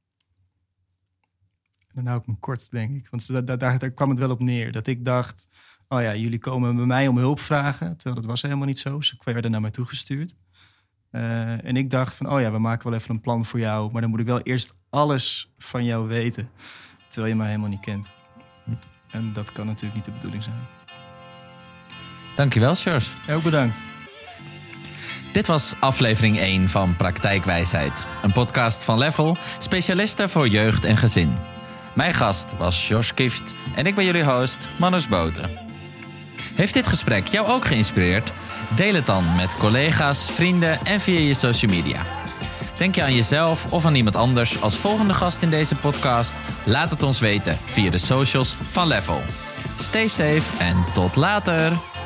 Dan hou ik me kort, denk ik. Want da- da- daar, daar kwam het wel op neer. Dat ik dacht, oh ja, jullie komen bij mij om hulp vragen. Terwijl dat was helemaal niet zo. Ze werden naar mij toegestuurd. Uh, en ik dacht van, oh ja, we maken wel even een plan voor jou. Maar dan moet ik wel eerst alles van jou weten. Terwijl je mij helemaal niet kent. En dat kan natuurlijk niet de bedoeling zijn. Dankjewel, Jos. Heel bedankt. Dit was aflevering één van Praktijkwijsheid. Een podcast van Leffel, specialisten voor jeugd en gezin. Mijn gast was Jos Kieft en ik ben jullie host, Manus Boten. Heeft dit gesprek jou ook geïnspireerd? Deel het dan met collega's, vrienden en via je social media. Denk je aan jezelf of aan iemand anders als volgende gast in deze podcast? Laat het ons weten via de socials van Leffel. Stay safe en tot later!